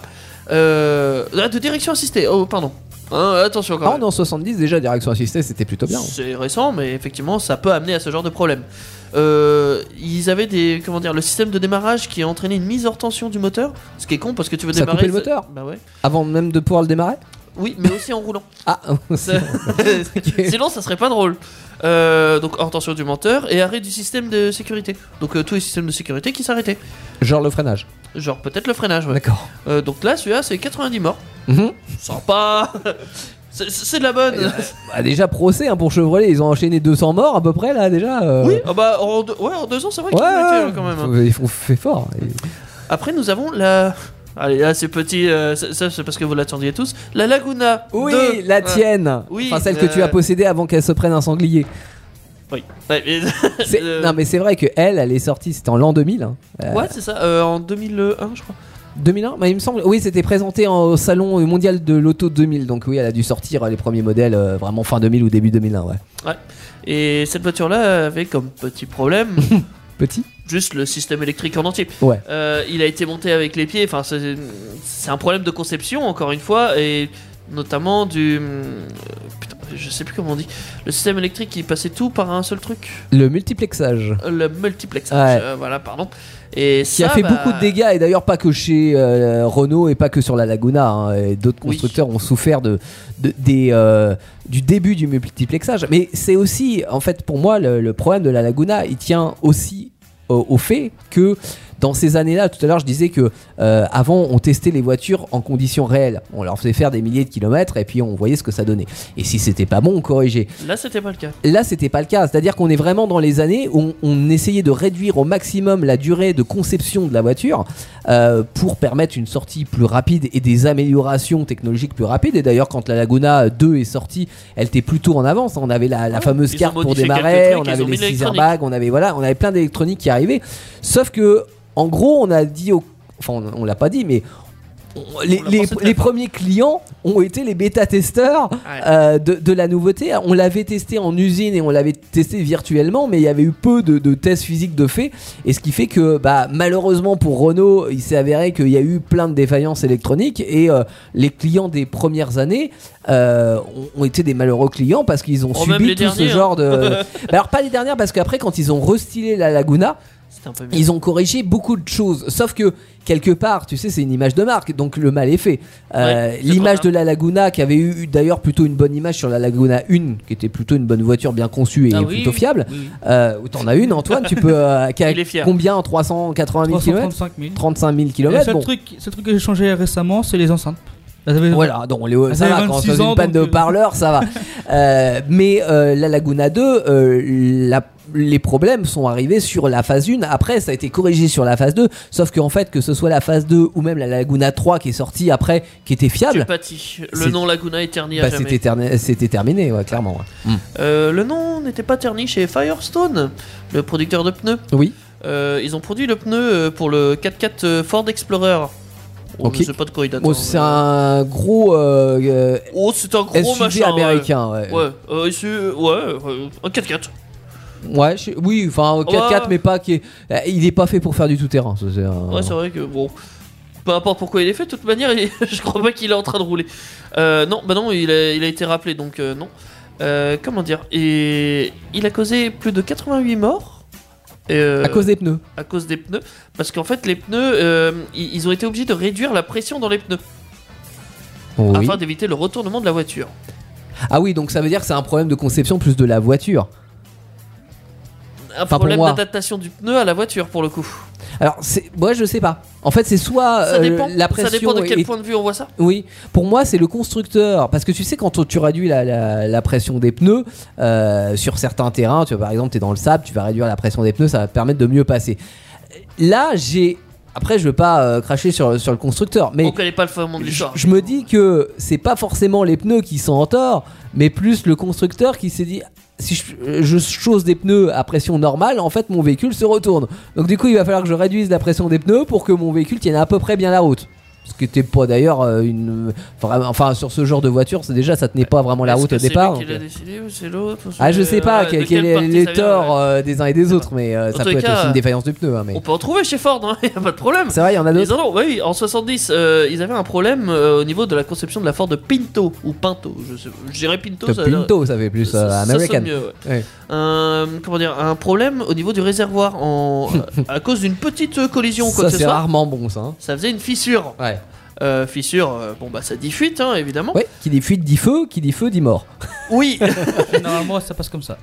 Euh, ah, de direction assistée, oh, pardon. Hein, attention quand Ah, même. on est en soixante-dix déjà, direction assistée, c'était plutôt bien. C'est récent, mais effectivement, ça peut amener à ce genre de problème. Euh, ils avaient des, comment dire, le système de démarrage qui a entraîné une mise hors tension du moteur, ce qui est con parce que tu veux Ça démarrer. coupait le moteur Bah ouais. Avant même de pouvoir le démarrer. Oui, mais aussi en roulant. Ah, Ça- Sinon, ça serait pas drôle. Euh, donc hors tension du moteur et arrêt du système de sécurité. Donc euh, tous les systèmes de sécurité qui s'arrêtaient. genre le freinage. Genre peut-être le freinage. Ouais. D'accord. Euh, donc là, celui-là, c'est quatre-vingt-dix morts. Mhm. Sympa. C'est- C'est de la bonne. Bah, déjà procès hein, pour Chevrolet, ils ont enchaîné deux cents morts à peu près là déjà. euh. Oui, ah bah en deux, ouais, en deux ans, c'est vrai Ouais, qu'ils ont été ouais, euh, quand même. hein. faut- ils ont fait fort. Et- Après, nous avons la. Allez, là, c'est petit. euh, ça, ça, c'est parce que vous l'attendiez tous. La Laguna. Oui, deux. la Ouais. tienne. Oui, Enfin celle que tu euh, as possédée avant qu'elle se prenne un sanglier. Oui. Ouais, mais- C'est- euh, Non mais c'est vrai que elle, elle est sortie, c'était en l'an deux mille. hein. Euh, Ouais, c'est ça. euh, en deux mille un, je crois. deux mille un, bah, il me semble. Oui, c'était présenté en- au salon mondial de l'auto deux mille. Donc oui, elle a dû sortir euh, les premiers modèles euh, vraiment fin deux mille ou début deux mille un. Ouais. Et cette voiture-là avait comme petit problème Petit. juste le système électrique en entier. Ouais. Euh, il a été monté avec les pieds. Enfin, c'est c'est un problème de conception encore une fois et notamment du. euh, Putain, je sais plus comment on dit. Le système électrique qui passait tout par un seul truc. Le multiplexage. Le multiplexage. Ouais. euh, voilà, pardon. Et Qui ça, a fait bah, beaucoup de dégâts et d'ailleurs pas que chez euh, Renault et pas que sur la Laguna hein, et d'autres Oui. constructeurs ont souffert de, de- des, euh, du début du multiplexage mais c'est aussi en fait pour moi le, le problème de la Laguna il tient aussi au, au fait que dans ces années-là, tout à l'heure je disais que euh, avant on testait les voitures en conditions réelles, on leur faisait faire des milliers de kilomètres et puis on voyait ce que ça donnait et si c'était pas bon on corrigeait. Là, c'était pas le cas. Là, c'était pas le cas. C'est-à-dire qu'on est vraiment dans les années où on, on essayait de réduire au maximum la durée de conception de la voiture euh, pour permettre une sortie plus rapide et des améliorations technologiques plus rapides. Et d'ailleurs, quand la Laguna deux est sortie, elle était plutôt en avance. On avait la, la Ouais, fameuse ils ont carte pour modifié démarrer, quelques trucs, on ils avait ont les mis de six l'électronique. airbags, on avait voilà, on avait plein d'électronique qui arrivait. Sauf que, en gros, on a dit, au- enfin, on, on l'a pas dit, mais on- les, On l'a les- pensé très les fort. premiers clients ont été les bêta-testeurs Ouais. euh, de, de la nouveauté. On l'avait testé en usine et on l'avait testé virtuellement, mais il y avait eu peu de, de tests physiques de fait. Et ce qui fait que, bah, malheureusement pour Renault, il s'est avéré qu'il y a eu plein de défaillances électroniques et euh, les clients des premières années euh, ont, ont été des malheureux clients parce qu'ils ont Oh, même subi les tout ce derniers, hein. genre de. Bah, alors pas les dernières parce qu'après quand ils ont restylé la Laguna. C'était un peu mieux. Ils ont corrigé beaucoup de choses, sauf que quelque part, tu sais, c'est une image de marque, donc le mal est fait. Euh, Ouais, c'est L'image trop de la Laguna, qui avait eu d'ailleurs plutôt une bonne image sur la Laguna un, qui était plutôt une bonne voiture bien conçue et Ah oui, plutôt fiable. oui, oui. Euh, où t'en as une, Antoine, tu peux. Euh, qui a Il est fier. combien trois cent quatre-vingt mille trois cent kilomètres trente-cinq mille. trente-cinq mille Et le kilomètres. seul Bon. truc, seul truc que j'ai changé récemment, c'est les enceintes. Elles avaient- Voilà, donc les, Elles ça avaient va, quand vingt-six c'est une ans, panne de donc, euh, haut-parleur, ça va. Euh, mais euh, la Laguna deux, euh, la- les problèmes sont arrivés sur la phase un. Après, ça a été corrigé sur la phase deux. Sauf qu'en fait, que ce soit la phase deux ou même la Laguna trois qui est sortie après, qui était Tu fiable, pâtis. C'est- Le nom Laguna est terni à bah, jamais. c'était, terni- c'était terminé, ouais, clairement. ouais. Euh, le nom n'était pas terni chez Firestone, le producteur de pneus. Oui. Euh, ils ont produit le pneu euh, pour le quatre-quatre euh, Ford Explorer. Oh, Ok. Je sais pas de quoi il date. Bon, hein, c'est mais- un gros euh, euh, Oh, c'est un gros S U V machin. américain. Ouais, Ouais, ouais, euh, S U V, ouais, euh, un quatre-quatre. Ouais, je- oui, enfin quatre quatre, Ouais. mais pas qui est- euh, il est pas fait pour faire du tout-terrain. ça, c'est un- Ouais, c'est vrai que bon. Peu importe pourquoi il est fait, de toute manière, il- je crois pas qu'il est en train de rouler. Euh, non, bah non, il a, il a été rappelé, donc euh, non. Euh, comment dire Et il a causé plus de quatre-vingt-huit morts. euh, à cause des pneus. à cause des pneus. Parce qu'en fait, les pneus, euh, ils ils ont été obligés de réduire la pression dans les pneus. Oui. Afin d'éviter le retournement de la voiture. Ah oui, donc ça veut dire que c'est un problème de conception plus de la voiture. Un pour problème moi. d'adaptation du pneu à la voiture, pour le coup. Alors, c'est... moi je sais pas. En fait, c'est soit Ça euh, dépend, la pression. ça dépend de quel est- point de vue on voit ça. Oui, pour moi c'est le constructeur, parce que tu sais quand tu réduis la, la, la pression des pneus euh, sur certains terrains, tu vois, par exemple tu es dans le sable, tu vas réduire la pression des pneus, ça va te permettre de mieux passer. Là j'ai, après je veux pas euh, cracher sur, sur le constructeur, mais On connaît pas le fond de je, l'histoire. je me dis que c'est pas forcément les pneus qui sont en tort, mais plus le constructeur qui s'est dit si je, je chose des pneus à pression normale, en fait mon véhicule se retourne. Donc du coup il va falloir que je réduise la pression des pneus pour que mon véhicule tienne à peu près bien la route. Ce qui n'était pas d'ailleurs euh, une. Vraiment, enfin, sur ce genre de voiture, c'est déjà ça tenait pas vraiment la Est-ce route que au départ. C'est lui qui donc, l'a décidé ou c'est l'autre ou Ah, je c'est- sais pas euh, quel de quel quelle est partie les ça vient, torts ouais. euh, des uns et des autres, mais euh, En ça tout peut être cas, aussi une défaillance du pneu. hein, mais... On peut en trouver chez Ford, hein, y a pas de problème. C'est vrai, il y en a Ils d'autres. en ont, oui, en soixante-dix, euh, ils avaient un problème euh, au niveau de la conception de la Ford Pinto ou Pinto, je, sais, je dirais Pinto. Le ça- Pinto, ça fait plus ça- euh, ça American. sonne mieux, ouais. Ouais. Un, comment dire, un problème au niveau du réservoir en, à cause d'une petite collision ou quoi Ça, que ce c'est soit. rarement bon, ça. hein. Ça faisait une fissure. Ouais. Euh, fissure, euh, bon bah ça dit fuite, hein, évidemment. Ouais, qui dit fuite dit feu, qui dit feu dit mort. Oui. Normalement, ça passe comme ça.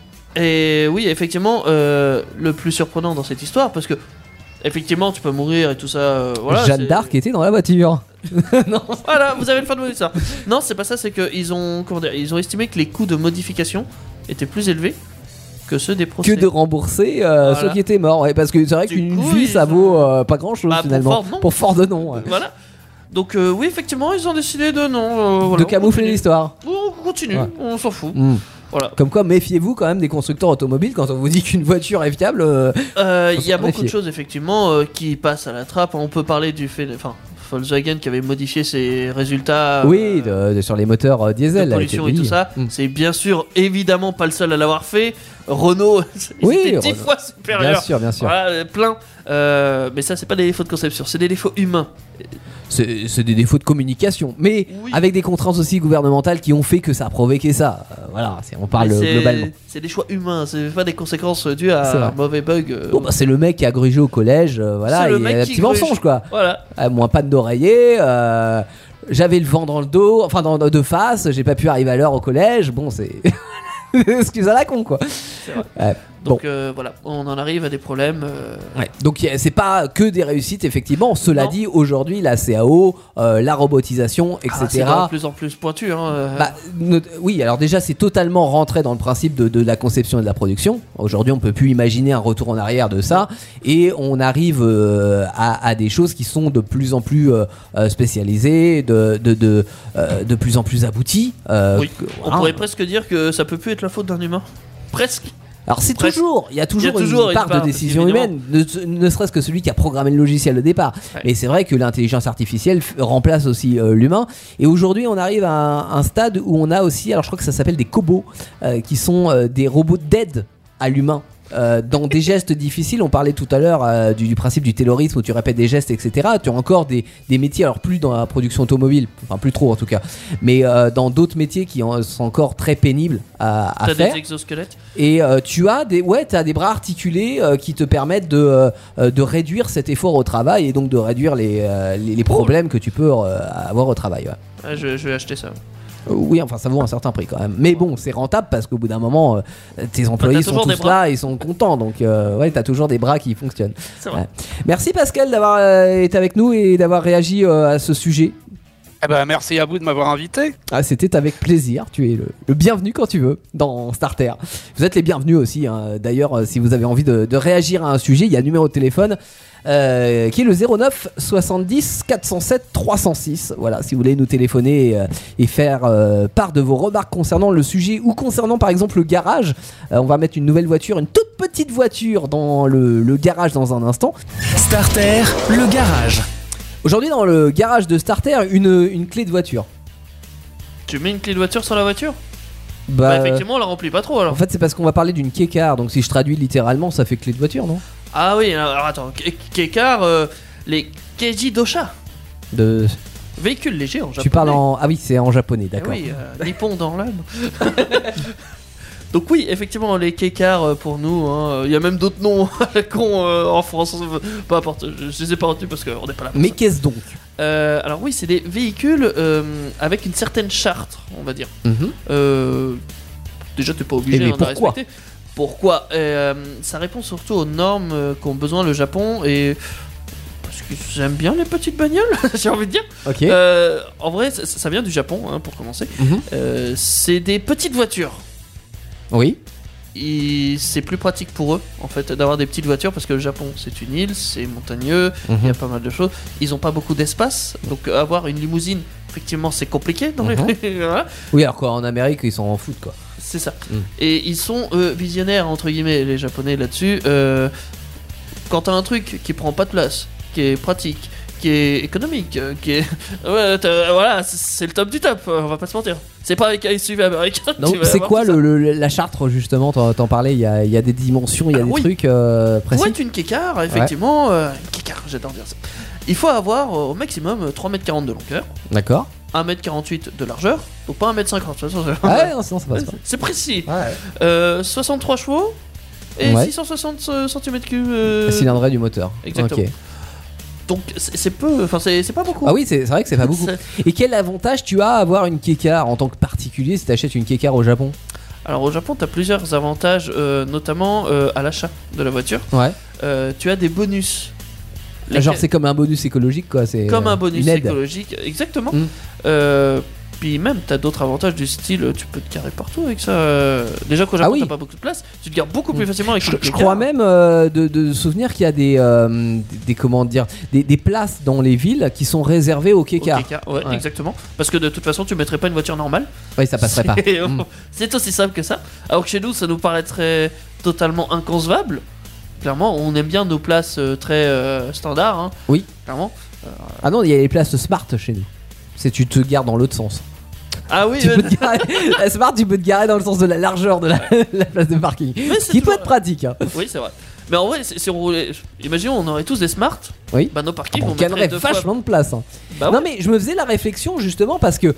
Et oui, effectivement, euh, le plus surprenant dans cette histoire, parce que effectivement, tu peux mourir et tout ça. euh, voilà, Jeanne c'est- d'Arc était dans la voiture. non. Voilà, vous avez le fin de mot de ça. Non, c'est pas ça, c'est qu'ils ont, comment dire, ils ont estimé que les coûts de modification étaient plus élevés que ceux des procès. Que de rembourser euh, Voilà. ceux qui étaient morts. Ouais, parce que c'est vrai Du qu'une coup, vie ils ça ont- vaut euh, pas grand chose Bah, pour finalement. Ford, non. Pour Ford, non. ouais. Voilà. Donc euh, oui, effectivement, ils ont décidé de non. euh, voilà, De camoufler on continue. l'histoire. On continue, Ouais. on s'en fout. Mm. Voilà. Comme quoi, méfiez-vous quand même des constructeurs automobiles quand on vous dit qu'une voiture est fiable. euh, Euh, Faut Il y a s'en beaucoup méfier. de choses effectivement euh, qui passent à la trappe. On peut parler du fait, enfin, Volkswagen qui avait modifié ses résultats. euh, oui, de- de- sur les moteurs euh, de diesel. avec pollution les et tout billes. ça. Mm. C'est bien sûr évidemment pas le seul à l'avoir fait. Renault, ils Oui, étaient dix Renault. fois supérieurs. Bien sûr, bien sûr. Voilà, euh, plein. Euh, mais ça, c'est pas des défauts de conception, c'est des défauts humains. C'est c'est des défauts de communication, mais Oui. avec des contraintes aussi gouvernementales qui ont fait que ça a provoqué ça. Euh, voilà, c'est- on parle Mais c'est- globalement. C'est des choix humains, c'est pas des conséquences dues C'est à vrai. un mauvais bug. euh, Bon, bah, c'est le mec qui a grugé au collège, euh, voilà, C'est le il mec a un qui petit gruge. mensonge quoi. Voilà. Euh, moi, pas d'oreiller, euh, j'avais le vent dans le dos, enfin dans, de face, j'ai pas pu arriver à l'heure au collège. Bon, c'est. Excuse à la con quoi. C'est vrai. Ouais. Donc euh, voilà, on en arrive à des problèmes. euh, Ouais. Donc y a- c'est pas que des réussites effectivement. Cela Non. dit, aujourd'hui la C A O, euh, la robotisation, ah, c'est de et cetera. plus en plus pointu. Hein, euh, Bah, not- oui, alors déjà c'est totalement rentré dans le principe de, de la conception et de la production. Aujourd'hui on peut plus imaginer un retour en arrière de ça, et on arrive euh, à, à des choses qui sont de plus en plus euh, euh, spécialisées, de, de, de, euh, de plus en plus abouties. euh, oui. que- On voilà. pourrait presque dire que ça peut plus être la faute d'un humain. Presque. Alors c'est Presque. toujours, il y a toujours, Il y a toujours une une part part, de décision évidemment. humaine, ne, ne serait-ce que celui qui a programmé le logiciel au départ. Ouais. Mais c'est vrai que l'intelligence artificielle f- remplace aussi euh, l'humain. Et aujourd'hui, on arrive à un, un stade où on a aussi, alors je crois que ça s'appelle des cobots, euh, qui sont euh, des robots d'aide à l'humain. Euh, dans des gestes difficiles, on parlait tout à l'heure euh, du, du principe du taylorisme où tu répètes des gestes, et cetera. Tu as encore des, des métiers, alors plus dans la production automobile, enfin plus trop en tout cas, mais euh, dans d'autres métiers qui en- sont encore très pénibles à, à T'as faire. des exosquelettes. Et euh, tu as des, ouais, t'as des bras articulés euh, qui te permettent de, euh, euh, de réduire cet effort au travail et donc de réduire les, euh, les, les problèmes que tu peux euh, avoir au travail. Ouais. Ah, je, je vais acheter ça. Euh, Oui, enfin ça vaut un certain prix quand même. Mais bon, c'est rentable parce qu'au bout d'un moment, euh, tes employés t'as sont toujours des tous bras. là, ils sont contents. Donc euh, ouais, t'as toujours des bras qui fonctionnent. C'est vrai. Ouais. Merci Pascal d'avoir euh, été avec nous et d'avoir réagi euh, à ce sujet. Eh ben, merci à vous de m'avoir invité. Ah, c'était avec plaisir. Tu es le, le bienvenu quand tu veux dans Starter. Vous êtes les bienvenus aussi. Hein. D'ailleurs, euh, si vous avez envie de, de réagir à un sujet, il y a un numéro de téléphone euh, qui est le zéro neuf soixante-dix quatre cent sept trois cent six. Voilà, si vous voulez nous téléphoner et, euh, et faire euh, part de vos remarques concernant le sujet ou concernant par exemple le garage. Euh, on va mettre une nouvelle voiture, une toute petite voiture dans le, le garage dans un instant. Starter, le garage. Aujourd'hui, dans le garage de Starter, une, une clé de voiture. Tu mets une clé de voiture sur la voiture Bah, Bah, effectivement, on la remplit pas trop alors. En fait, c'est parce qu'on va parler d'une K-car, donc si je traduis littéralement, ça fait clé de voiture, non? Ah oui, alors, alors attends, K- K-car, euh, les Keiji Dosha, De... véhicules légers en japonais. Tu parles en... Ah oui, c'est en japonais, Eh d'accord. oui, euh, Nippon dans l'âme. Donc oui, effectivement, les K-cars euh, pour nous, hein, il y a même d'autres noms à la con euh, en France, peu importe, je, je les ai pas retenus parce qu'on n'est pas là pour Mais ça. qu'est-ce donc? Euh, alors oui, c'est des véhicules euh, avec une certaine charte, on va dire. Mhm. Euh, déjà, t'es pas obligé Eh mais hein, de la pourquoi respecter. Pourquoi euh, Ça répond surtout aux normes euh, qu'ont besoin le Japon et parce que j'aime bien les petites bagnoles, j'ai envie de dire. Ok. Euh, en vrai, ça, ça vient du Japon, hein, pour commencer. Mhm. Euh, c'est des petites voitures. Oui. Et c'est plus pratique pour eux, en fait, d'avoir des petites voitures parce que le Japon, c'est une île, c'est montagneux, il Mhm. y a pas mal de choses. Ils ont pas beaucoup d'espace, donc euh, avoir une limousine, effectivement, c'est compliqué dans Mhm. les. Voilà. Oui, alors qu'en Amérique, ils s'en foutent quoi. C'est ça. Mm. Et ils sont euh, visionnaires, entre guillemets, les Japonais là-dessus. Euh, quand t'as un truc qui prend pas de place, qui est pratique, qui est économique, euh, qui est. Ouais, t'as- voilà, c'est- c'est le top du top, euh, on va pas se mentir. C'est pas avec un S U V américain. que Donc tu vas c'est avoir quoi tout ça. le, le- la Chartre justement? T'en, t'en parlais, il y a, il y a des dimensions, il y a Ah, des oui. trucs euh, précis. Pour être une kékar, effectivement, euh, une kékar, j'adore dire ça. Il faut avoir euh, au maximum euh, trois mètres quarante de longueur, D'accord. un mètre quarante-huit de largeur, donc pas un mètre cinquante. De toute façon, Ah ouais, non, sinon ça passe pas. c'est précis. Ouais. Euh, soixante-trois chevaux et Ouais. six cent soixante centimètres cubes. euh, La cylindrée du moteur. Exactement. Ok. Donc c'est c'est peu, enfin c'est c'est pas beaucoup. Ah oui, c'est, c'est vrai que c'est pas beaucoup. C'est- Et quel avantage tu as à avoir une kékar en tant que particulier si t'achètes une kékar au Japon? Alors au Japon, tu as plusieurs avantages, euh, notamment euh, à l'achat de la voiture. Ouais. Euh, tu as des bonus. Ah, genre Lesquels- c'est comme un bonus écologique quoi. C'est comme euh, un bonus une aide. écologique, exactement. Mm. Euh, puis même, tu as d'autres avantages du style, tu peux te garer partout avec ça. Euh, Déjà qu'au Japon, Ah oui. t'as pas beaucoup de place, tu te gares beaucoup plus Mm. facilement avec Je, une je kékar. crois même euh, de, de souvenir qu'il y a des, euh, des, des- comment dire des, des places dans les villes qui sont réservées aux Au kékars. kékar, ouais, Ouais. exactement. Parce que de toute façon, tu mettrais pas une voiture normale. Oui, ça passerait pas. C'est Mm. c'est aussi simple que ça. Alors que chez nous, ça nous paraîtrait totalement inconcevable. Clairement, on aime bien nos places euh, très euh, standards. Hein. Oui. Clairement. Ah non, il y a les places smart chez nous. C'est tu te gares dans l'autre sens. Ah oui, Tu mais- peux te garer, la smart, tu peux te garer dans le sens de la largeur de la, la place de parking. mais Ce c'est qui peut toujours- être pratique. Hein. Oui, c'est vrai. Mais en vrai, si si on roulait. Imaginons, on aurait tous des smart. Oui. Bah, nos parkings, On on mettrait gagnerait deux fois. vachement de place. Hein. Bah, Non ouais. mais je me faisais la réflexion justement parce que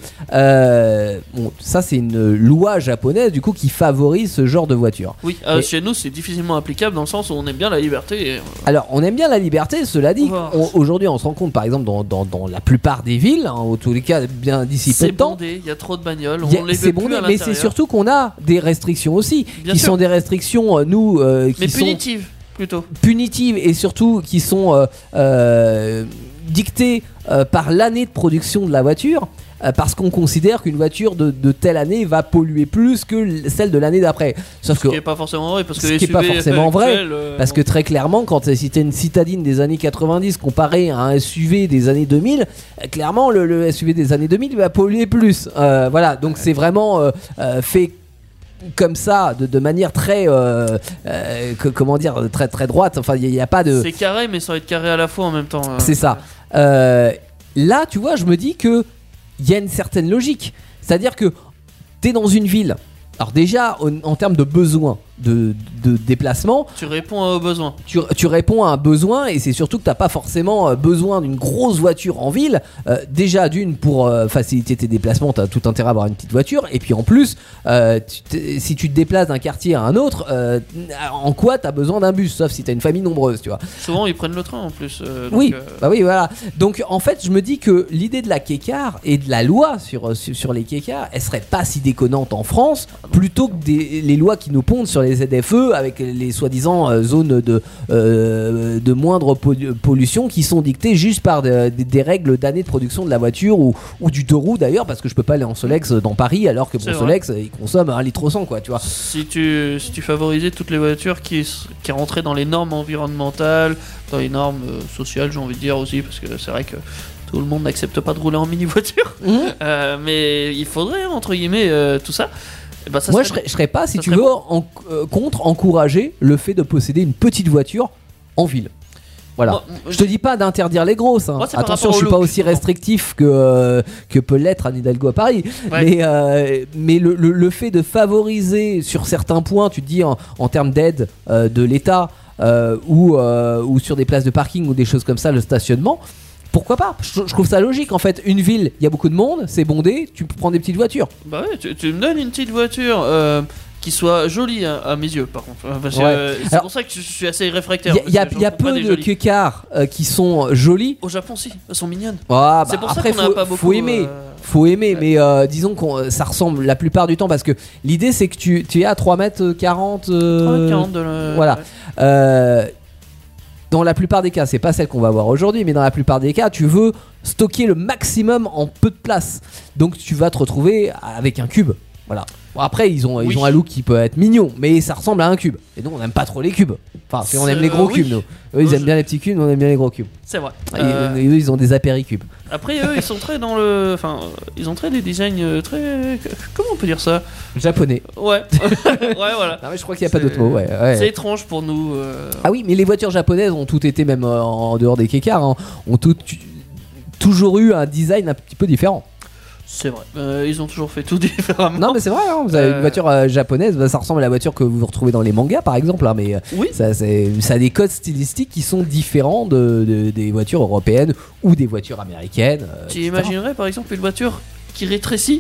euh, bon, ça c'est une loi japonaise du coup qui favorise ce genre de voiture. Oui, euh, Et- chez nous, c'est difficilement applicable dans le sens où on aime bien la liberté. Et... Alors on aime bien la liberté, cela dit, Oh. on- aujourd'hui on se rend compte par exemple dans, dans, dans la plupart des villes, hein, en tous les cas bien d'ici peu C'est de temps, bondé, il y a trop de bagnoles, il y a- on les c'est veut bon, plus à mais c'est l'intérieur. surtout qu'on a des restrictions aussi, Bien qui sûr. sont des restrictions euh, nous euh, qui Mais sont punitive, plutôt. punitives et surtout qui sont euh, euh, dictées euh, par l'année de production de la voiture. euh, Parce qu'on considère qu'une voiture de, de telle année va polluer plus que l- celle de l'année d'après. Sauf Ce que qui est pas forcément vrai, parce que Ce les qui est pas S U V forcément vrai, actuels, euh, Parce que très clairement, quand t'as cité une citadine des années quatre-vingt-dix comparé à un S U V des années deux mille, euh, clairement le, le S U V des années deux mille va polluer plus. Euh, voilà, donc c'est vraiment euh, euh, fait comme ça, de, de manière très, euh, euh, que- comment dire, très très droite. Enfin, il n'y a, pas de. c'est carré, mais sans être carré à la fois en même temps. euh. C'est ça. Euh, là, tu vois, je me dis que il y a une certaine logique. C'est-à-dire que t'es dans une ville. Alors déjà, en, en termes de besoin de, de déplacement, Tu réponds aux besoins. tu, tu réponds à un besoin et c'est surtout que t'as pas forcément euh, besoin d'une grosse voiture en ville. Euh, déjà d'une pour euh, faciliter tes déplacements, t'as tout intérêt à avoir une petite voiture. Et puis en plus, euh, tu t'es- si tu te déplaces d'un quartier à un autre, euh, en quoi t'as besoin d'un bus, sauf si t'as une famille nombreuse, tu vois. Souvent, ils prennent le train en plus. euh, donc, Oui, euh, bah oui, voilà. Donc en fait, je me dis que l'idée de la kékar et de la loi sur, sur, sur les kékars, elle serait pas si déconnante en France, plutôt que des, les lois qui nous pondent sur les Z F E avec les soi-disant euh, zones de, euh, de moindre pollu- pollution qui sont dictées juste par de- de- des règles d'année de production de la voiture ou, ou du deux roues d'ailleurs, parce que je peux pas aller en Solex dans Paris alors que C'est mon vrai. Solex il consomme un litre cent, quoi, tu vois. Si tu, si tu favorisais toutes les voitures qui, s- qui rentraient dans les normes environnementales, dans les normes euh, sociales, j'ai envie de dire aussi, parce que c'est vrai que tout le monde n'accepte pas de rouler en mini-voiture. Euh, mais il faudrait, entre guillemets, euh, tout ça. Et ben, ça Moi, je serait- serais, je serais pas, si ça tu serait veux, en- euh, contre encourager le fait de posséder une petite voiture en ville. Voilà. Moi, Je te dis pas d'interdire les grosses. hein. Moi, c'est par Attention, rapport je au suis pas look, aussi justement. restrictif que, euh, que peut l'être Anne Hidalgo à Paris. Ouais. Mais, euh, mais le, le- le fait de favoriser sur certains points, tu te dis en, en termes d'aide euh, de l'État euh, ou, euh, ou sur des places de parking ou des choses comme ça, le stationnement. Pourquoi pas? je, je trouve ça logique en fait. Une ville, il y a beaucoup de monde, c'est bondé, tu prends des petites voitures. Bah ouais, tu, tu me donnes une petite voiture euh, qui soit jolie à, à mes yeux, par contre. Euh, Parce que, Ouais. euh, c'est Alors, pour ça que je suis assez réfractaire. Il y a, parce que il y a j'en trouve pas peu des de jolies. kékars euh, qui sont jolis. Au Japon, si, elles sont mignonnes. Ah, C'est bah, pour ça après, qu'on n'a faut, pas beaucoup. faut aimer. euh, faut aimer, Ouais. mais euh, disons que ça ressemble la plupart du temps parce que l'idée c'est que tu, tu es à trois mètres quarante. euh, trois mètres quarante de la- Voilà. ouais. Euh, dans la plupart des cas, c'est pas celle qu'on va voir aujourd'hui, mais dans la plupart des cas, tu veux stocker le maximum en peu de place. Donc tu vas te retrouver avec un cube. Voilà. Bon, après, ils ont, Oui. ils ont un look qui peut être mignon, mais ça ressemble à un cube. Et nous, on n'aime pas trop les cubes. Enfin, c'est- on aime C'est- les gros oui. cubes, nous. Eux, ils Moi, aiment je- bien les petits cubes, nous, on aime bien les gros cubes. C'est vrai. Et Euh, eux, ils ont des apéricubes. Après, eux, ils sont très dans le. Enfin, euh, ils ont très des designs euh, très. Comment on peut dire ça? Japonais. Ouais. ouais, voilà. Non, mais je crois qu'il n'y a pas C'est- d'autre mot. Ouais, ouais. C'est étrange pour nous. euh, Ah oui, mais les voitures japonaises ont toutes été, même euh, en dehors des kékars, hein, ont toutes toujours eu un design un petit peu différent. C'est vrai. Euh, ils ont toujours fait tout différemment. Non mais c'est vrai, hein, vous avez Euh. une voiture euh, japonaise, bah, ça ressemble à la voiture que vous retrouvez dans les mangas par exemple, hein, mais euh, Oui. ça, c'est- ça a des codes stylistiques qui sont différents de, de- des voitures européennes ou des voitures américaines. euh, Tu et cetera. imaginerais par exemple une voiture qui rétrécit?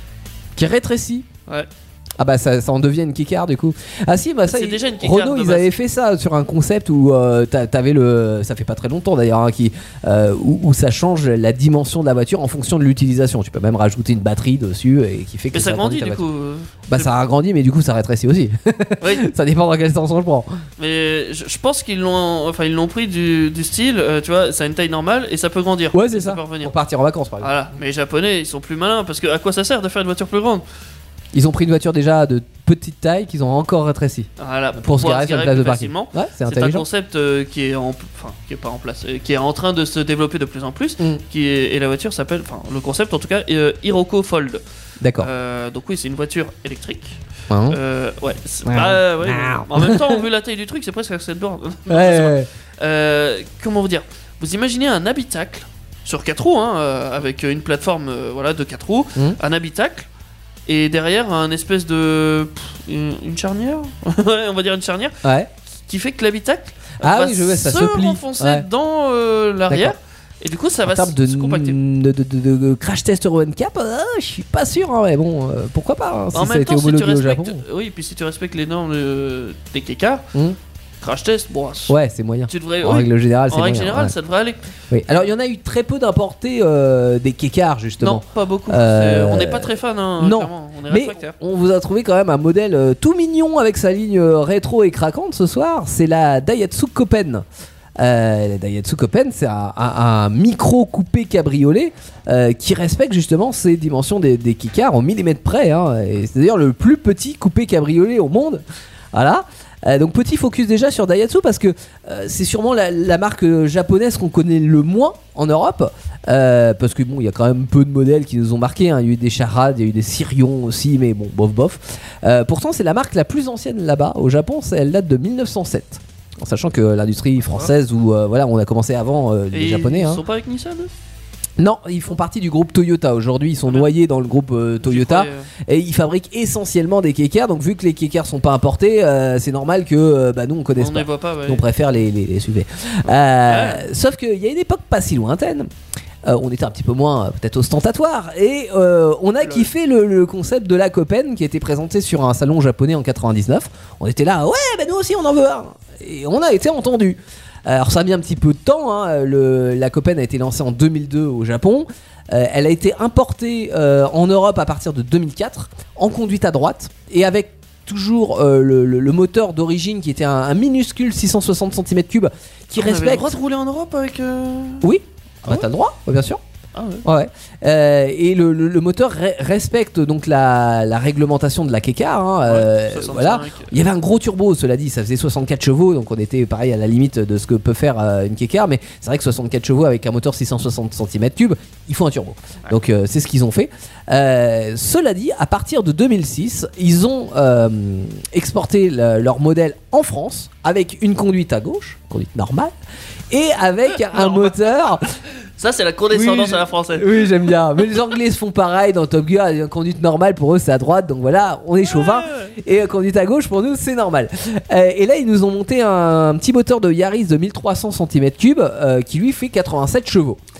Qui rétrécit. Ouais. Ah bah ça, ça en devient une Kikar du coup. Ah si, bah ça C'est ils- déjà une Kikar Renault de ils base. avaient fait ça sur un concept où euh, t'a- t'avais le, ça fait pas très longtemps d'ailleurs, hein, qui euh, où, où ça change la dimension de la voiture en fonction de l'utilisation. Tu peux même rajouter une batterie dessus et qui fait que Mais ça grandit ta du voiture. coup. euh. Bah ça agrandit mais du coup ça rétrécit aussi. Oui. Ça dépend dans quel sens on le prend. Mais je, je pense qu'ils l'ont, enfin ils l'ont pris du, du style, euh, tu vois, ça a une taille normale et ça peut grandir. Ouais c'est ça. peut revenir. Pour partir en vacances par exemple. Voilà. Mais les Japonais, ils sont plus malins parce que à quoi ça sert de faire une voiture plus grande? Ils ont pris une voiture déjà de petite taille qu'ils ont encore rétréci Voilà. pour se pouvoir garer sur une place plus de parking. facilement. Ouais, c'est C'est un intelligent. concept euh, qui est en, enfin qui est pas en place, euh, qui est en train de se développer de plus en plus. Mm. Qui est, et la voiture s'appelle, enfin le concept en tout cas, euh, Hiroko Fold. D'accord. Euh, donc oui, c'est une voiture électrique. Hein Euh, ouais. c'est- Ouais. bah, ouais, Ouais. mais en même temps, vu la taille du truc, c'est presque un skateboard. Ouais, ouais, ouais. Euh, comment vous dire? Vous imaginez un habitacle sur quatre roues, hein, euh, avec une plateforme euh, voilà, de quatre roues, Mhm. un habitacle, et derrière un espèce de. pff, une, une charnière Ouais, on va dire une charnière, Ouais. qui fait que l'habitacle Ah va oui, je vois, ça se se plie. renfoncer Ouais. dans euh, l'arrière, D'accord. et du coup ça En va termes se, de, se compacter. de, de, de- de crash test Euro N C A P, euh, je suis pas sûr, hein, mais bon, euh, pourquoi pas, hein, si en ça a même été temps, si tu homologué au Japon. respectes, oui, puis si tu respectes les normes euh, des Kekar, Hmm. crash test, bon, Ouais, c'est moyen. tu devrais. En oui, règle générale, c'est en règle moyen. générale, ouais. ça devrait aller. Oui. Alors, il y en a eu très peu d'importés euh, des Kekars, justement. Non, pas beaucoup. Euh, C'est- On n'est pas très fan, hein, non. clairement. On est Mais réfractaire. on vous a trouvé quand même un modèle euh, tout mignon avec sa ligne euh, rétro et craquante ce soir. C'est la Daihatsu Copen. Euh, la Daihatsu Copen, c'est un, un- un micro coupé cabriolet euh, qui respecte justement ces dimensions des, des Kikars en millimètres près, hein. Et c'est d'ailleurs le plus petit coupé cabriolet au monde. Voilà. Euh, donc petit focus déjà sur Daihatsu parce que euh, c'est sûrement la, la marque euh, japonaise qu'on connaît le moins en Europe. Euh, parce que bon, il y a quand même peu de modèles qui nous ont marqué, hein. Il y a eu des Charades, il y a eu des Sirion aussi, mais bon, bof bof. Euh, pourtant, c'est la marque la plus ancienne là-bas. Au Japon, c'est- elle date de mille neuf cent sept. En sachant que l'industrie française, où euh, voilà, on a commencé avant euh, les Et Japonais. Ils Hein. sont pas avec Nissan eux Non, ils font partie du groupe Toyota. Aujourd'hui, ils sont Ah, merde. noyés dans le groupe euh, Toyota. Je croyais, euh, Et ils fabriquent essentiellement des Kekars. Donc, vu que les Kekars sont pas importés, euh, c'est normal que euh, bah, nous on connaisse On pas. ne voit pas, ouais. On préfère les, les, les S U V. Euh, Sauf qu'il y a une époque pas si lointaine. euh, on était un petit peu moins euh, peut-être ostentatoire et euh, on a Lol. kiffé le, le concept de la Copen qui a été présenté sur un salon japonais en quatre-vingt-dix-neuf. On était là, ouais, bah nous aussi on en veut un. Et on a été entendu. Alors ça a mis un petit peu de temps, hein. Le, la Copen a été lancée en deux mille deux au Japon. Euh, elle a été importée euh, en Europe à partir de deux mille quatre en conduite à droite et avec toujours euh, le, le- le moteur d'origine qui était un, un minuscule six cent soixante centimètres cubes qui On avait le respecte... droit de rouler en Europe avec. euh, Oui, Ah bah, ouais t'as le droit, ouais, bien sûr. Ah ouais. Ouais. Euh, et le, le- le moteur re- respecte donc la, la réglementation de la Kekar. Hein, euh, soixante-cinq, voilà. euh, Il y avait un gros turbo, cela dit, ça faisait soixante-quatre chevaux, donc on était pareil à la limite de ce que peut faire euh, une Kekar, mais c'est vrai que soixante-quatre chevaux avec un moteur six cent soixante centimètres cubes, il faut un turbo. Donc euh, c'est ce qu'ils ont fait. Euh, cela dit, à partir de deux mille six, ils ont euh, exporté le- leur modèle en France avec une conduite à gauche, conduite normale, et avec un Normal. moteur. Ça, c'est la condescendance Oui, à la française. Oui, j'aime bien. Mais les Anglais se font pareil dans Top Gear. Une conduite normale pour eux, c'est à droite. Donc voilà, on est chauvin. Et euh, conduite à gauche pour nous, c'est normal. Euh, et là, ils nous ont monté un, un petit moteur de Yaris de mille trois cents centimètres cubes euh, qui lui fait quatre-vingt-sept chevaux.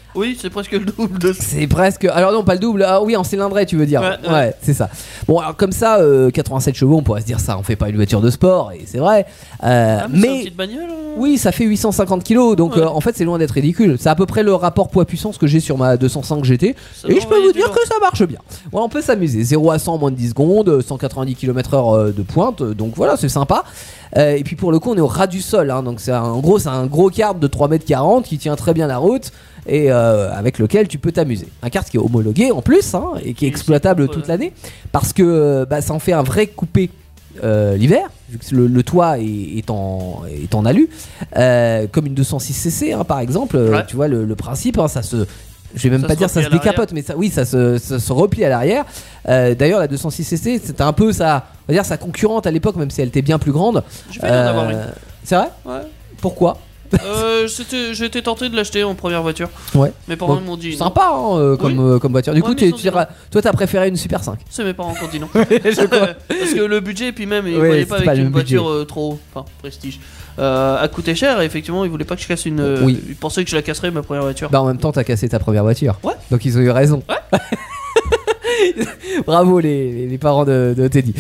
Oui, c'est presque le double de ça. C'est presque. Alors non, pas le double. Ah oui, en cylindrée, tu veux dire. Ouais, Ouais, ouais. c'est ça. Bon, alors comme ça, euh, quatre-vingt-sept chevaux, on pourrait se dire ça, on fait pas une voiture de sport, et c'est vrai. Euh, Ah, mais, c'est une mais petite bagnole. hein. oui, ça fait huit cent cinquante kilos, donc Ouais. euh, en fait, c'est loin d'être ridicule. C'est à peu près le rapport poids-puissance que j'ai sur ma deux cent cinq G T. Ça Et va je peux envoyer vous du dire lourd. que ça marche bien. Voilà, on peut s'amuser. zéro à cent en moins de dix secondes, cent quatre-vingt-dix kilomètres heure euh, de pointe, euh, donc voilà, c'est sympa. Euh, et puis pour le coup, on est au ras du sol, hein, donc c'est un- en gros, c'est un gros kart de trois mètres quarante qui tient très bien la route et euh, avec lequel tu peux t'amuser. Un kart qui est homologué en plus, hein, et qui est Oui, exploitable c'est toute cool, l'année parce que euh, bah, ça en fait un vrai coupé. Euh, l'hiver, vu que le, le toit est, est, en, est en alu, euh, comme une deux cent six C C hein, par exemple, euh, Ouais. tu vois le, le principe, hein, ça se, je vais même Ça pas se dire ça replie se à l'arrière. décapote, mais ça, oui, ça se, ça se replie à l'arrière. Euh, D'ailleurs, la deux cent six C C, c'était un peu sa, on va dire sa concurrente à l'époque, même si elle était bien plus grande. J'ai failli en avoir Euh, une. C'est vrai? Ouais. Pourquoi? Euh, c'était- J'ai été tenté de l'acheter en première voiture. Ouais. Mes parents Bon, m'ont dit. non. Sympa hein, euh, comme, euh, comme voiture. Du Ouais, coup, mais tu, ils sont tu diras- toi, t'as préféré une Super cinq. C'est mes parents qui ont dit non. Je crois. Parce que le budget, puis même, ils Ouais, voyaient c'est pas pas avec le une même voiture budget. euh, trop. Enfin, prestige. Euh, a coûté cher et effectivement, ils voulaient pas que je casse une. euh, Oui. Ils pensaient que je la casserais ma première voiture. Bah en même temps t'as cassé ta première voiture. Ouais. Donc ils ont eu raison. Bravo les, les parents de, de Teddy.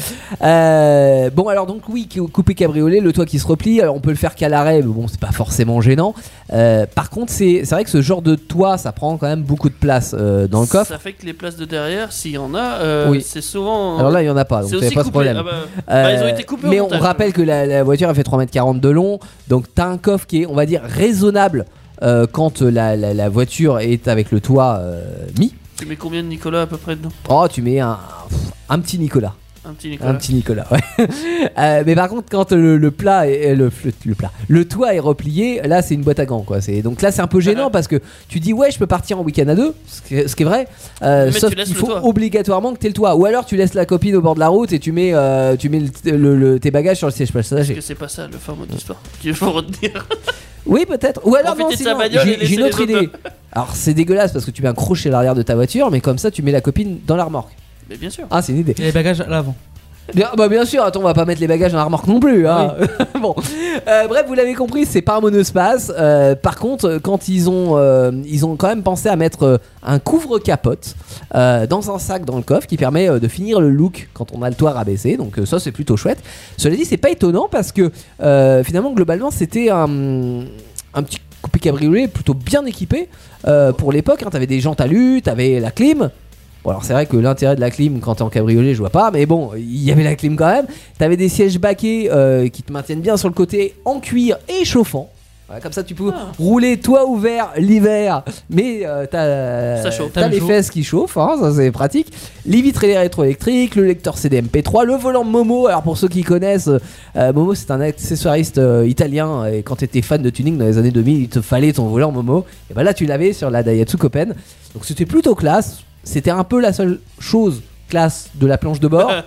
Euh, bon alors donc oui, coupé cabriolet, le toit qui se replie, alors on peut le faire qu'à l'arrêt, mais bon c'est pas forcément gênant. Euh, par contre c'est c'est vrai que ce genre de toit ça prend quand même beaucoup de place euh, dans le coffre. Ça fait que les places de derrière, s'il y en a, euh, Oui. c'est souvent. Alors là il y en a pas, donc c'est t'avais aussi pas de coupé. problème. Ah bah, bah, ils ont Euh, été coupés au mais on montage. rappelle que la, la voiture elle fait trois mètres quarante de long, donc t'as un coffre qui est on va dire raisonnable euh, quand la, la, la voiture est avec le toit euh, mis. Tu mets combien de Nicolas à peu près dedans? Oh tu mets un, un petit Nicolas. Un petit Nicolas. Un petit Nicolas, ouais. Euh, mais par contre, quand le, le plat est le, le, le plat, le toit est replié, là c'est une boîte à gants, quoi. C'est donc là c'est un peu gênant parce que tu dis ouais, je peux partir en week-end à deux, ce qui est, ce qui est vrai. Euh, Mais sauf tu laisses qu'il le faut toit. obligatoirement que t'aies le toit, ou alors tu laisses la copine au bord de la route et tu mets, euh, tu mets le, le- le- tes bagages sur le siège Parce passager. que c'est pas ça le format d'histoire qu'il faut retenir. Oui, peut-être. Ou alors non, Profiter de sa sinon, bagnole et j'ai j'ai une laisser autre les idée. Alors c'est dégueulasse parce que tu mets un crochet à l'arrière de ta voiture, mais comme ça tu mets la copine dans la remorque. Mais bien sûr. Ah, c'est une idée. Et les bagages à l'avant. Bien, bah bien sûr, attends, on va pas mettre les bagages dans la remorque non plus. Hein. Bon, Euh, bref, vous l'avez compris, c'est pas un monospace. Euh, par contre, quand ils ont, euh, ils ont quand même pensé à mettre euh, un couvre-capote euh, dans un sac dans le coffre qui permet euh, de finir le look quand on a le toit rabaissé. Donc euh, ça, c'est plutôt chouette. Cela dit, c'est pas étonnant parce que euh, finalement, globalement, c'était un, un petit coupé cabriolet plutôt bien équipé euh, pour l'époque. Hein. T'avais des jantes alu, t'avais la clim. Bon alors c'est vrai que l'intérêt de la clim quand t'es en cabriolet je vois pas, mais bon il y avait la clim quand même. T'avais des sièges baquets euh, qui te maintiennent bien sur le côté en cuir et chauffant. Voilà, comme ça tu peux Ah. rouler toit ouvert l'hiver, mais euh, t'as, Ça chauffe. t'as T'as les le chaud. fesses qui chauffent, hein, ça c'est pratique. Les vitres rétroélectriques, le lecteur C D M P trois, le volant Momo. Alors pour ceux qui connaissent, euh, Momo c'est un accessoiriste euh, italien et quand t'étais fan de tuning dans les années deux mille, il te fallait ton volant Momo. Et ben là tu l'avais sur la Daihatsu Copen, donc c'était plutôt classe. C'était un peu la seule chose classe de la planche de bord.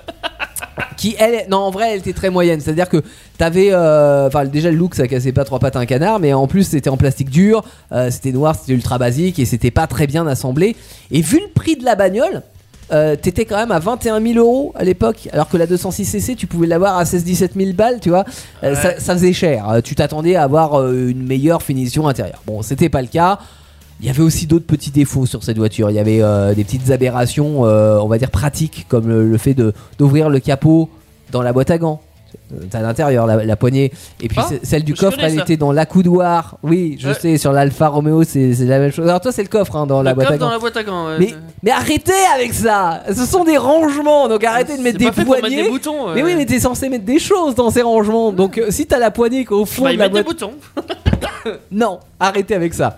Qui elle, non en vrai elle était très moyenne, c'est à dire que t'avais, euh, enfin déjà le look ça cassait pas trois pattes à un canard, mais en plus c'était en plastique dur, euh, c'était noir, c'était ultra basique et c'était pas très bien assemblé. Et vu le prix de la bagnole, euh, t'étais quand même à vingt et un mille euros à l'époque, alors que la deux cent six C C tu pouvais l'avoir à seize dix-sept mille balles, tu vois. Euh, Ouais. ça, ça faisait cher. Euh, tu t'attendais à avoir euh, une meilleure finition intérieure. Bon, c'était pas le cas. Il y avait aussi d'autres petits défauts sur cette voiture. Il y avait euh, des petites aberrations, euh, on va dire pratiques, comme le, le fait de d'ouvrir le capot dans la boîte à gants. T'as à l'intérieur la, la poignée. Et puis Ah, c'est- celle du je coffre, connais elle ça. était dans l'accoudoir. Oui, je Ouais. sais, sur l'Alfa Romeo, c'est c'est la même chose. Alors toi, c'est le coffre hein, dans la Le boîte à coffre dans gants. la boîte à gants. ouais. Mais, mais arrêtez avec ça. Ce sont des rangements, donc arrêtez de mettre C'est des pas fait pour mettre poignées. des boutons. Mais euh. oui, mais t'es censé mettre des choses dans ces rangements. Donc euh, si t'as la poignée qu'au fond Bah, de ils la mettent des boîte, boutons. non, arrêtez avec ça.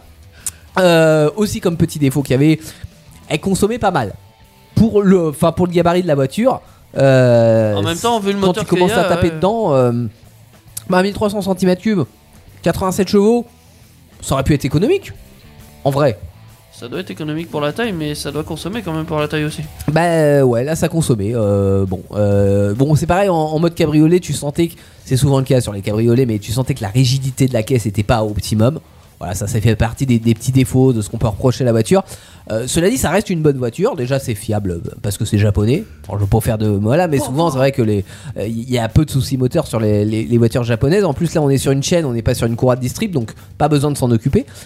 Euh, aussi comme petit défaut qu'il y avait, elle consommait pas mal pour le, enfin pour le gabarit de la voiture. Euh, En même temps, vu le quand moteur tu commences qu'il y a, à taper ouais. dedans, euh, bah, mille trois cents centimètres cubes, quatre-vingt-sept chevaux, ça aurait pu être économique. En vrai. Ça doit être économique pour la taille, mais ça doit consommer quand même pour la taille aussi. Bah ouais, là ça consommait. Euh, bon, euh, bon c'est pareil en, en mode cabriolet, tu sentais que c'est souvent le cas sur les cabriolets, mais tu sentais que la rigidité de la caisse était pas au optimum. Voilà, ça, ça fait partie des, des petits défauts de ce qu'on peut reprocher à la voiture. Euh, cela dit, ça reste une bonne voiture. Déjà, c'est fiable euh, parce que c'est japonais. Alors, je veux pas faire de voilà, mais souvent c'est vrai que les, il euh, y a peu de soucis moteurs sur les, les, les voitures japonaises. En plus, là, on est sur une chaîne, on n'est pas sur une courroie de distrib, donc pas besoin de s'en occuper.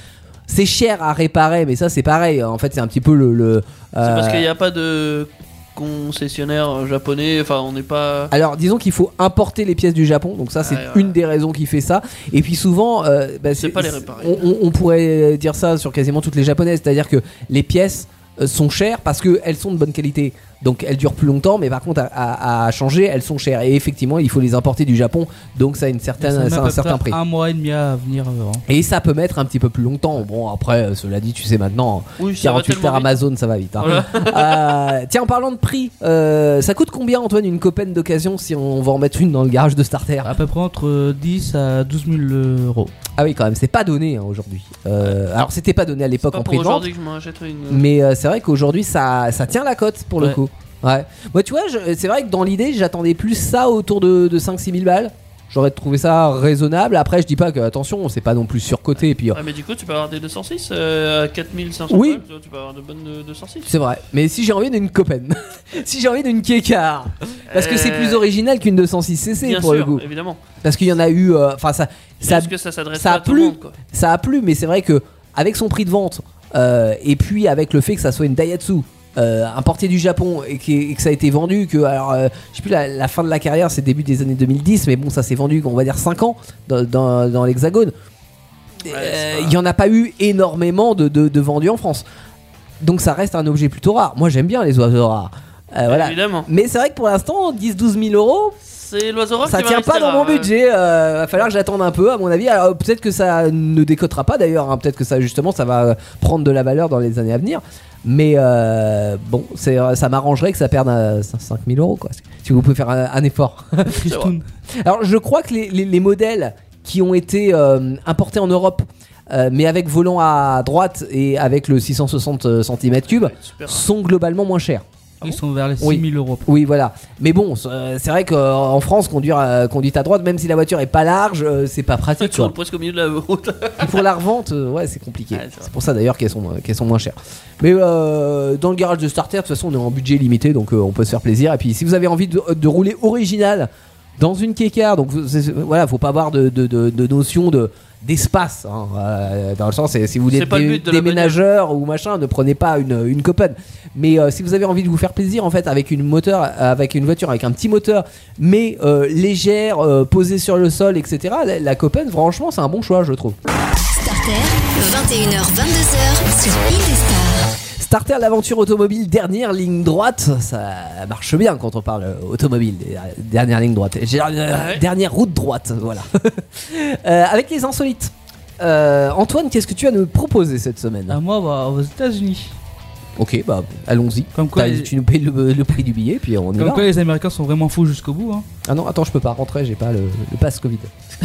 c'est cher à réparer, mais ça c'est pareil. En fait, c'est un petit peu le. le C'est euh, parce qu'il n'y a pas de concessionnaire japonais. Enfin, on n'est pas. Alors, disons qu'il faut importer les pièces du Japon, donc ça c'est Ouais, ouais. une des raisons qui fait ça. Et puis souvent, euh, bah, C'est pas les réparer. On, on- on pourrait dire ça sur quasiment toutes les japonaises, c'est-à-dire que les pièces euh, sont chères parce qu'elles sont de bonne qualité. Donc elles durent plus longtemps, mais par contre à, à- à changer, elles sont chères. Et effectivement, il faut les importer du Japon, donc ça a une certaine, Ça met ça a à un peu certain près prix. un mois et demi à venir. euh, hein. Et ça peut mettre un petit peu plus longtemps. Bon, après, euh, cela dit, tu sais maintenant, Oui, ça va quarante-huit tellement heures vite. Amazon, ça va vite. hein. Voilà. Euh, tiens, en parlant de prix, euh, ça coûte combien, Antoine, une copen d'occasion si on va en mettre une dans le garage de Starter? À peu près entre dix à douze mille euros. Ah oui, quand même, c'est pas donné hein, aujourd'hui. Euh, alors, c'était pas donné à C'est l'époque pas en pour prix de vente, aujourd'hui que je m'en achèterai une. mais euh, c'est vrai qu'aujourd'hui, ça, ça tient la cote pour le Ouais. coup. Ouais. Moi, tu vois, je- c'est vrai que dans l'idée, j'attendais plus ça autour de, de cinq six mille balles. J'aurais trouvé ça raisonnable. Après, je dis pas que, attention, c'est pas non plus surcoté. Et puis, euh, Ah, mais du coup, tu peux avoir des deux cent six euh, à quatre mille cinq cents Oui. balles, tu vois, tu peux avoir de bonnes euh, deux cent six. c'est vrai. Mais si j'ai envie d'une copen, si j'ai envie d'une Kekar, parce que c'est Euh, plus original qu'une deux cent six C C Bien pour sûr, le coup. évidemment. Parce qu'il y en a eu. euh, Enfin, ça, ça, Parce que ça s'adresse ça pas a à tout plu. le monde, quoi. ça a plu, mais c'est vrai que avec son prix de vente euh, et puis avec le fait que ça soit une Daihatsu euh, importée du Japon et, qui, et que ça a été vendu que alors euh, je sais plus la, la fin de la carrière c'est début des années deux mille dix, mais bon ça s'est vendu on va dire cinq ans dans, dans, dans l'Hexagone. Ouais, Euh, c'est pas- il y en a pas eu énormément de, de, de vendus en France, donc ça reste un objet plutôt rare. Moi j'aime bien les oiseaux rares. Euh, voilà. Évidemment. Mais c'est vrai que pour l'instant dix douze mille euros C'est l'oiseau rare ça qui va tient pas rester dans mon rare, ouais. budget. Euh, va falloir que j'attende un peu, à mon avis. Alors peut-être que ça ne décotera pas d'ailleurs. hein. Peut-être que ça justement ça va prendre de la valeur dans les années à venir. Mais euh, bon, c'est, ça m'arrangerait que ça perde à cinq mille euros quoi. Si vous pouvez faire un, un effort. Tristoun. Alors je crois que les, les- les modèles qui ont été euh, importés en Europe, euh, mais avec volant à droite et avec le six cent soixante centimètres cubes, Super. sont globalement moins chers. Ils sont vers les Oui. six mille euros. Oui, voilà. Mais bon, c'est c'est vrai qu'en France, conduire à, conduite à droite, même si la voiture est pas large, euh, c'est pas pratique. Tu roules Quoi. presque au milieu de la route. Et pour la revente, euh, ouais, c'est compliqué. Ouais, c'est vrai. c'est pour ça d'ailleurs qu'elles sont, euh, qu'elles sont moins chères. Mais euh, dans le garage de Starter, de toute façon, on est en budget limité, donc euh, on peut se faire plaisir. Et puis, si vous avez envie de, de rouler original dans une Kekar, donc c'est- c'est- voilà, faut pas avoir de, de, de, de notion de d'espace, hein, euh, dans le sens, c'est- si vous C'est êtes pas le dé- but de la déménageur ou machin, ne prenez pas une, une Copen. Mais euh, si vous avez envie de vous faire plaisir en fait avec une moteur, avec une voiture avec un petit moteur, mais euh, légère, euh, posée sur le sol, et cetera. La, la Copen, franchement, c'est un bon choix, je trouve. Starter, vingt et une heures vingt-deux heures sur Indestar. Starter, l'aventure automobile, dernière ligne droite, ça marche bien quand on parle euh, automobile, euh, dernière ligne droite, J'ai- euh, Ah ouais. dernière route droite, voilà. Euh, avec les insolites. Euh, Antoine, qu'est-ce que tu as nous proposer cette semaine? À moi, bah, aux États-Unis. Ok, bah allons-y. Comme quoi, T'as- les- Tu nous payes le, le prix du billet, puis on y Comme va. quoi, les Américains sont vraiment fous jusqu'au bout. Hein. Ah non, attends, je peux pas rentrer, j'ai pas le, le pass Covid.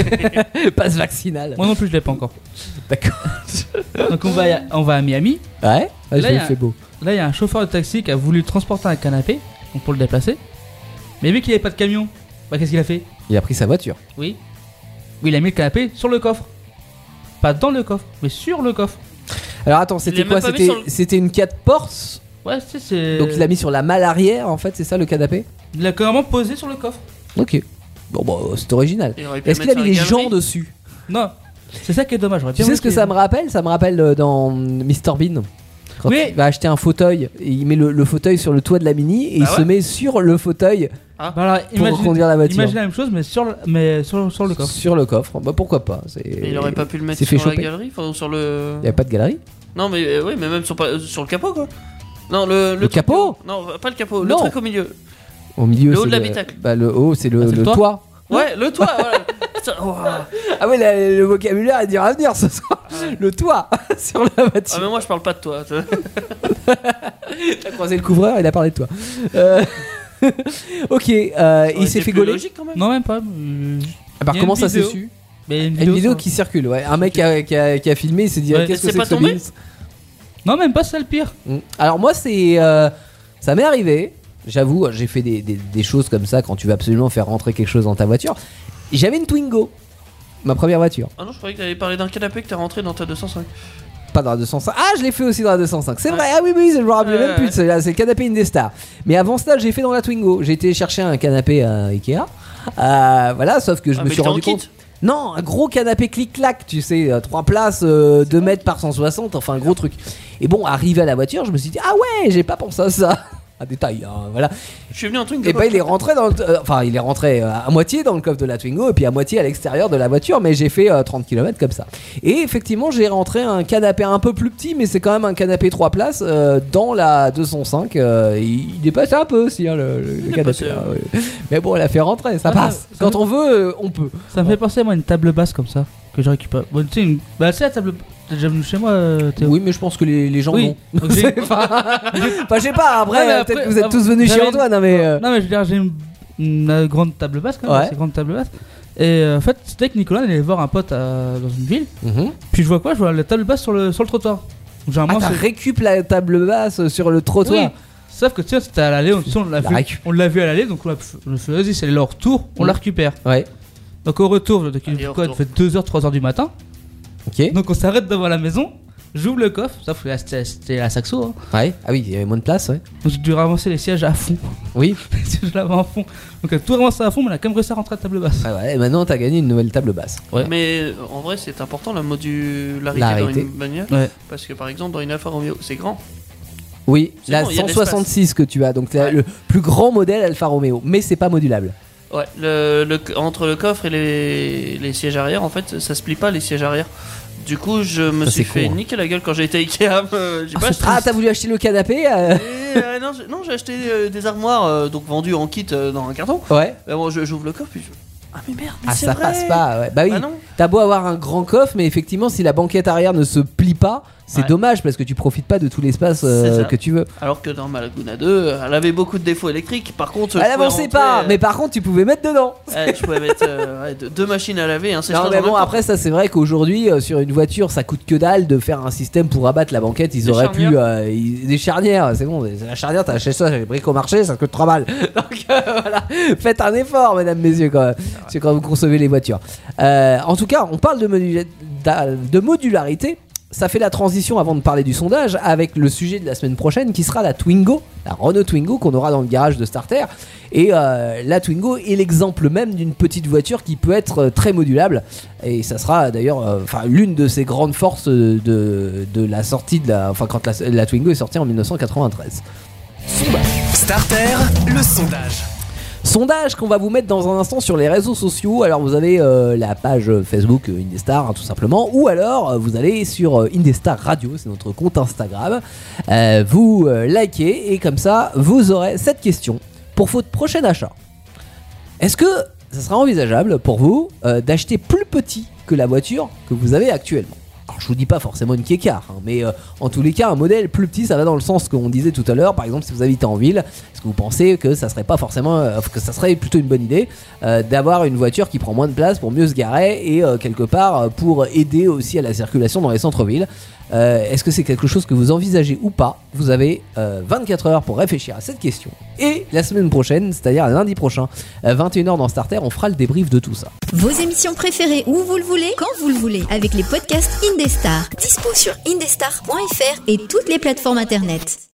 Le pass vaccinal. Moi non plus, je l'ai pas encore. D'accord. Donc on va, on va à Miami. Ouais, ouais, Là, je y me a- fais beau. Là, il y a un chauffeur de taxi qui a voulu transporter un canapé donc pour le déplacer. Mais vu qu'il avait pas de camion, bah qu'est-ce qu'il a fait? Il a pris sa voiture. Oui. Oui, il a mis le canapé sur le coffre. Pas dans le coffre, mais sur le coffre. Alors attends, c'était l'a quoi? même pas mis C'était sur le- c'était une quatre portes. Ouais, c'est c'est. Donc il l'a mis sur la malle arrière, en fait, c'est ça le canapé? Il l'a carrément posé sur le coffre. Ok. Bon, bah, c'est original. Il aurait pu Est-ce le qu'il a mettre mis les sur la gens galerie. dessus? Non, c'est ça qui est dommage. j'aurais Tu bien sais voulu ce que qu'il- ça me rappelle? Ça me rappelle euh, dans mister Bean. Quand Oui. il va acheter un fauteuil, et il met le, le fauteuil sur le toit de la Mini et il Ah se ouais met sur le fauteuil Bah alors, pour imagine, conduire la voiture. imagine la même chose, mais sur le, mais sur, sur le coffre. Sur le coffre. Bah pourquoi pas? C'est- Mais il aurait pas pu le mettre c'est fait sur la choper. galerie, enfin sur le. Il y a pas de galerie? Non mais euh, oui, mais même sur, pas- sur le capot quoi. Non le, Le truc- capot Non pas le capot, Non. le truc au milieu. Au milieu, Le haut c'est de l'habitacle. Bah le haut, c'est le, Ah, c'est le le toit toit. Ouais le toit. voilà. Putain, ouah. Ah ouais, la- le vocabulaire est dur à venir ce soir. Le toit sur la Ah voiture. mais moi je parle pas de toi. tu vois. T'as croisé le couvreur, il a parlé de toi. Euh, ok, euh, Ça aurait il s'est été fait plus gauler. logique quand même. Non, même pas. euh, Alors il y a comment une ça s'est vidéo. su? Mais il y a une Une vidéo, vidéo sur- qui circule, ouais. Un mec qui a, qui a- qui a filmé, il s'est dit Ouais. ah, qu'est-ce que C'est c'est pas que ce tombé Beans? Non, même pas, c'est le pire. Mm. Alors moi c'est euh, ça m'est arrivé. J'avoue, j'ai fait des, des- des choses comme ça quand tu veux absolument faire rentrer quelque chose dans ta voiture. J'avais une Twingo, ma première voiture. Ah non je croyais que t'avais parlé d'un canapé que t'es rentré dans ta deux cent cinq. Pas dans la deux cent cinq. Ah, je l'ai fait aussi dans la deux cent cinq. C'est Ouais. vrai. Ah oui, oui, je me rappelle Ouais, même plus. ouais. C'est c'est le canapé Indestar. Mais avant cela, j'ai fait dans la Twingo. J'ai été chercher un canapé à Ikea. Euh, voilà, sauf que je Ah, me mais suis t'es en rendu kit. compte. Non, un gros canapé clic-clac, tu sais, trois places, euh, deux mètres par cent soixante, enfin un gros truc. Et bon, arrivé à la voiture, je me suis dit, ah ouais, j'ai pas pensé à ça. À détail, hein, voilà. Je suis venu en Twingo. Et bah il est rentré dans le, euh, enfin il est rentré euh, à moitié dans le coffre de la Twingo et puis à moitié à l'extérieur de la voiture, mais j'ai fait euh, trente kilomètres comme ça. Et effectivement j'ai rentré un canapé un peu plus petit, mais c'est quand même un canapé trois places euh, dans la deux cent cinq. Euh, il, il dépasse un peu aussi hein, le, le, le canapé. Passé, hein, ouais. Mais bon, elle a fait rentrer, ça Ah, passe. ça Quand me- on veut, euh, on peut. Ça me fait penser à moi une table basse comme ça que je récupère. Bon, tu sais, une... bah, c'est la table. T'es déjà venu chez moi, euh, Théo? Oui, mais je pense que les, les gens Oui. vont. Donc, j'ai- Enfin, enfin, je sais pas. Après, Ouais, mais euh, après, peut-être que vous êtes euh, tous venus chez j'avais- Antoine, hein, mais. euh, Non, mais je veux dire, j'ai une, une, euh, grande table basse quand même. Ouais. C'est une grande table basse. Et euh, en fait, c'était que Nicolas allait voir un pote à- dans une ville. mhm. Puis je vois quoi? Je vois la table basse sur le, sur le trottoir. Donc, Ah, généralement, t'as c'est- récup la table basse sur le trottoir. Oui. Sauf que tu sais, c'était à l'aller, on, tu sais, on l'a La vu, récup. on l'a vu à l'aller, donc on l'a on a fait, vas-y, c'est leur retour, on Mm. la récupère. Ouais. Donc au retour, donc, il, Allez, au quoi, il retour. fait deux heures, trois heures du matin. Ok. Donc on s'arrête devant la maison, j'ouvre le coffre, sauf que là, c'était c'était la saxo. Hein. Ouais. Ah oui, il y avait moins de place, ouais. Donc j'ai dû ramasser les sièges à fond. Oui. Les sièges là-bas à fond. Donc elle a tout ramassé à fond, mais elle a quand même réussi à rentrer à la table basse. Ouais, ouais. Et maintenant, t'as gagné une nouvelle table basse. Ouais. Mais euh, en vrai, c'est important la modularité L'arité. dans une bagnole. Ouais. Parce que par exemple, dans une Alfa Romeo, c'est grand. Oui, C'est la bon, il y a de cent soixante-six que tu as, donc c'est Ouais. le plus grand modèle Alfa Romeo, mais c'est pas modulable. Ouais, le, le- entre le coffre et les, les sièges arrière, en fait, ça se plie pas les sièges arrière. Du coup, je me Ça, suis c'est fait con, hein. niquer la gueule quand j'ai été à Ikea. euh, j'ai Ah, pas c'est acheté. Ah, t'as voulu acheter le canapé euh, Et, euh, non, j'ai- non, j'ai acheté euh, des armoires euh, donc vendues en kit euh, dans un carton. Ouais. Euh, bon, je- j'ouvre le coffre puis je. Ah, mais merde, mais Ah, c'est ça vrai. passe pas. Ouais. Bah oui. Ah non. T'as beau avoir un grand coffre, mais effectivement, si la banquette arrière ne se plie pas, c'est Ouais. dommage parce que tu profites pas de tout l'espace euh, C'est ça. que tu veux. Alors que dans ma Laguna deux, elle avait beaucoup de défauts électriques. Par contre, je Elle pouvais avançait rentrer, pas, euh, mais par contre, tu pouvais mettre dedans. ouais, je pouvais mettre euh, ouais, deux, deux machines à laver, un Non, sèche-linge mais en bon, même temps. après, ça, c'est vrai qu'aujourd'hui, euh, sur une voiture, ça coûte que dalle de faire un système pour abattre la banquette. Ils Des auraient pu. charnières. euh, ils- des charnières, c'est bon, la charnière, t'as acheté ça, j'ai pris qu'au marché, ça coûte trois balles. Donc euh, voilà, faites un effort, mesdames, messieurs, quand même. C'est quand vous concevez les voitures. Euh, en tout cas, on parle de, modula- d'a- de modularité. Ça fait la transition avant de parler du sondage avec le sujet de la semaine prochaine qui sera la Twingo, la Renault Twingo qu'on aura dans le garage de Starter. Et euh, la Twingo est l'exemple même d'une petite voiture qui peut être euh, très modulable. Et ça sera d'ailleurs euh, enfin, l'une de ses grandes forces de, de la sortie de la. Enfin, quand la, la Twingo est sortie en dix-neuf cent quatre-vingt-treize. Starter, le sondage. Sondage qu'on va vous mettre dans un instant sur les réseaux sociaux. Alors vous avez euh, la page Facebook euh, Indestar hein, tout simplement, ou alors euh, vous allez sur euh, Indestar Radio, c'est notre compte Instagram. Euh, vous euh, likez et comme ça vous aurez cette question pour votre prochain achat. Est-ce que ça sera envisageable pour vous euh, d'acheter plus petit que la voiture que vous avez actuellement? Alors je vous dis pas forcément une Kécar, hein, mais euh, en tous les cas un modèle plus petit, ça va dans le sens qu'on disait tout à l'heure. Par exemple, si vous habitez en ville, est-ce que vous pensez que ça serait pas forcément, euh, que ça serait plutôt une bonne idée euh, d'avoir une voiture qui prend moins de place pour mieux se garer et euh, quelque part euh, pour aider aussi à la circulation dans les centres-villes? Euh, Est-ce que c'est quelque chose que vous envisagez ou pas? Vous avez euh, vingt-quatre heures pour réfléchir à cette question. Et la semaine prochaine, c'est-à-dire lundi prochain, euh, vingt et une heures dans Starter, on fera le débrief de tout ça. Vos émissions préférées où vous le voulez, quand vous le voulez, avec les podcasts Indestar. Dispo sur indestar point f r et toutes les plateformes internet.